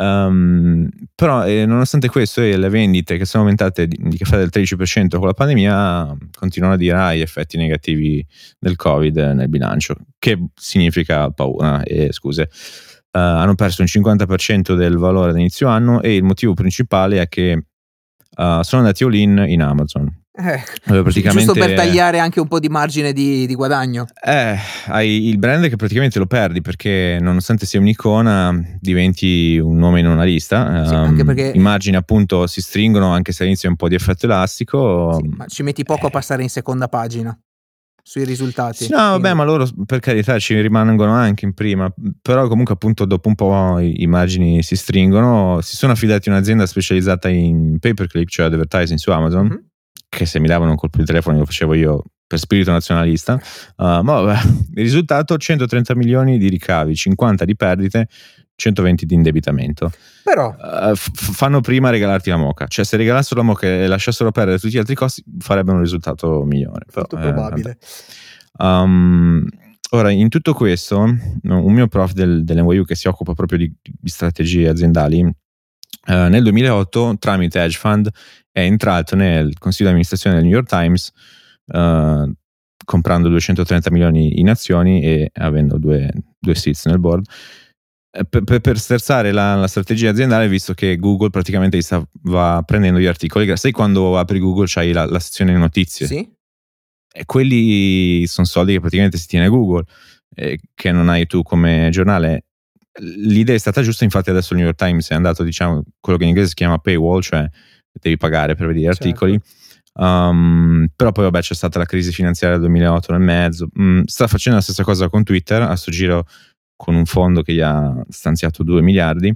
Speaker 2: um, però eh, nonostante questo eh, le vendite che sono aumentate di, di caffè del tredici per cento con la pandemia continuano a dire ah, gli effetti negativi del Covid nel bilancio, che significa paura e scuse. Uh, hanno perso un cinquanta per cento del valore d'inizio anno e il motivo principale è che uh, sono andati all in in Amazon.
Speaker 1: Eh,
Speaker 2: praticamente,
Speaker 1: giusto per tagliare anche un po' di margine di, di guadagno.
Speaker 2: Eh, hai il brand che praticamente lo perdi perché nonostante sia un'icona diventi un nome in una lista.
Speaker 1: Sì,
Speaker 2: um,
Speaker 1: anche perché
Speaker 2: i margini appunto si stringono anche se all'inizio è un po' di effetto elastico.
Speaker 1: Sì, ma ci metti poco eh. a passare in seconda pagina sui risultati.
Speaker 2: Sì, no, vabbè, quindi... ma loro per carità ci rimangono anche in prima, però comunque appunto dopo un po' i, i margini si stringono. Si sono affidati a un'azienda specializzata in pay per click, cioè advertising su Amazon, mm-hmm. che se mi davano un colpo di telefono lo facevo io per spirito nazionalista. Uh, ma vabbè, il risultato centotrenta milioni di ricavi, cinquanta di perdite, centoventi di indebitamento.
Speaker 1: Però
Speaker 2: uh, f- fanno prima regalarti la moca, cioè se regalassero la moca e lasciassero perdere tutti gli altri costi farebbero un risultato migliore.
Speaker 1: Molto
Speaker 2: però,
Speaker 1: probabile.
Speaker 2: Eh, um, ora in tutto questo un mio prof del, dell'N Y U che si occupa proprio di, di strategie aziendali uh, nel duemilaotto tramite hedge fund è entrato nel consiglio di amministrazione del New York Times uh, comprando duecentotrenta milioni in azioni e avendo due, due seats nel board per, per, per sterzare la, la strategia aziendale, visto che Google praticamente stava prendendo gli articoli. Sai quando apri Google c'hai la, la sezione notizie?
Speaker 1: Sì.
Speaker 2: E quelli sono soldi che praticamente si tiene Google, eh, che non hai tu come giornale. L'idea è stata giusta, infatti adesso il New York Times è andato, diciamo, quello che in inglese si chiama paywall, cioè devi pagare per vedere gli articoli. Certo. Um, però poi vabbè c'è stata la crisi finanziaria del duemilaotto nel mezzo. Mm, sta facendo la stessa cosa con Twitter a sto giro con un fondo che gli ha stanziato due miliardi.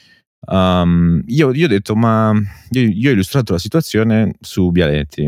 Speaker 2: Um, io, io ho detto ma io, io ho illustrato la situazione su Bialetti.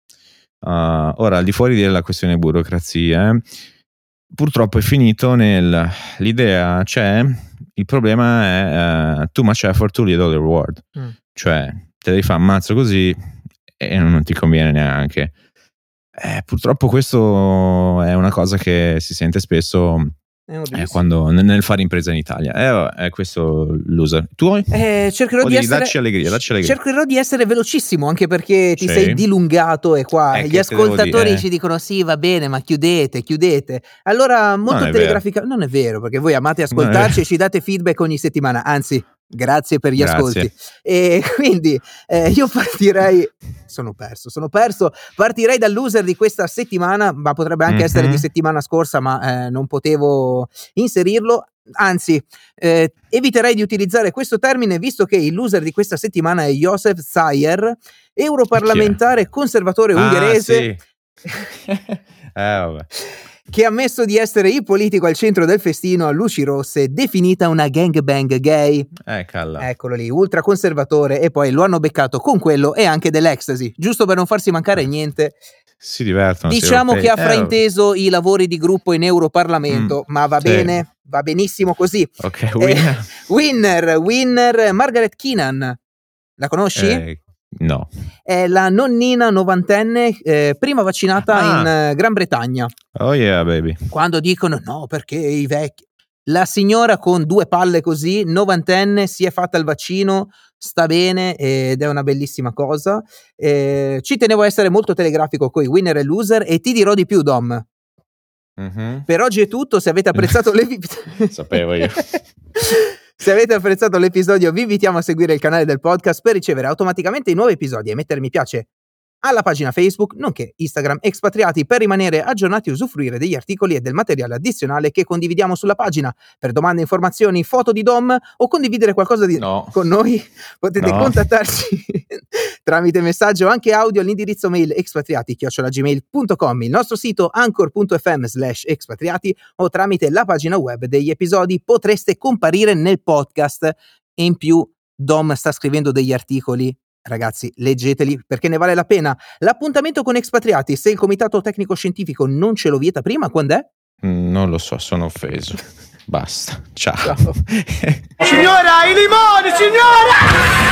Speaker 2: Uh, ora al di fuori della questione burocrazia purtroppo è finito nel l'idea c'è, il problema è uh, too much effort to little reward, mm. cioè te devi fare un mazzo così e non ti conviene neanche. Eh, purtroppo questo è una cosa che si sente spesso eh, quando nel fare impresa in Italia. Eh, è questo loser. Tu
Speaker 1: eh, cercherò di essere
Speaker 2: dacci allegria, dacci allegria.
Speaker 1: Cercherò di essere velocissimo, anche perché ti
Speaker 2: sì.
Speaker 1: sei dilungato e qua
Speaker 2: eh,
Speaker 1: gli ascoltatori
Speaker 2: eh.
Speaker 1: ci dicono sì, va bene, ma chiudete, chiudete. Allora molto
Speaker 2: non
Speaker 1: telegraficamente non è vero, perché voi amate ascoltarci e ci date feedback ogni settimana, anzi grazie per gli
Speaker 2: grazie.
Speaker 1: ascolti. E quindi eh, io partirei sono perso, sono perso partirei dal loser di questa settimana, ma potrebbe anche mm-hmm. essere di settimana scorsa, ma eh, non potevo inserirlo. Anzi, eh, eviterei di utilizzare questo termine, visto che il loser di questa settimana è Josef Sayer, europarlamentare conservatore
Speaker 2: ah,
Speaker 1: ungherese.
Speaker 2: Sì. eh, vabbè.
Speaker 1: Che ha ammesso di essere il politico al centro del festino a luci rosse, definita una gangbang gay.
Speaker 2: Eh, calla.
Speaker 1: Eccolo lì, ultraconservatore, e poi lo hanno beccato con quello e anche dell'ecstasy, giusto per non farsi mancare niente.
Speaker 2: Si divertono.
Speaker 1: Diciamo
Speaker 2: si
Speaker 1: che ha frainteso eh, i lavori di gruppo in Europarlamento, mm, ma va sì. bene, va benissimo così.
Speaker 2: Ok, winner.
Speaker 1: Eh, winner, winner, Margaret Keenan. La conosci?
Speaker 2: Eh, no.
Speaker 1: È la nonnina novantenne, eh, prima vaccinata ah. in eh, Gran Bretagna.
Speaker 2: Oh yeah, baby.
Speaker 1: Quando dicono no, perché i vecchi. La signora con due palle così, novantenne, si è fatta il vaccino, sta bene ed è una bellissima cosa. Eh, ci tenevo a essere molto telegrafico con i winner e loser e ti dirò di più, Dom.
Speaker 2: Mm-hmm.
Speaker 1: Per oggi è tutto, se avete apprezzato l'episodio...
Speaker 2: Sapevo io.
Speaker 1: Se avete apprezzato l'episodio vi invitiamo a seguire il canale del podcast per ricevere automaticamente i nuovi episodi e mettere mi piace alla pagina Facebook, nonché Instagram Expatriati per rimanere aggiornati e usufruire degli articoli e del materiale addizionale che condividiamo sulla pagina. Per domande, informazioni, foto di Dom o condividere qualcosa di
Speaker 2: No.
Speaker 1: con noi potete
Speaker 2: No.
Speaker 1: contattarci tramite messaggio anche audio all'indirizzo mail expatriati chiocciola gmail punto com, il nostro sito anchor punto f m slash expatriati o tramite la pagina web degli episodi. Potreste comparire nel podcast e in più Dom sta scrivendo degli articoli. Ragazzi, leggeteli perché ne vale la pena. L'appuntamento con Expatriati, se il comitato tecnico scientifico non ce lo vieta prima, quando è?
Speaker 2: Mm, non lo so, sono offeso. Basta. Ciao.
Speaker 1: Ciao.
Speaker 3: Signora, i limoni, signora!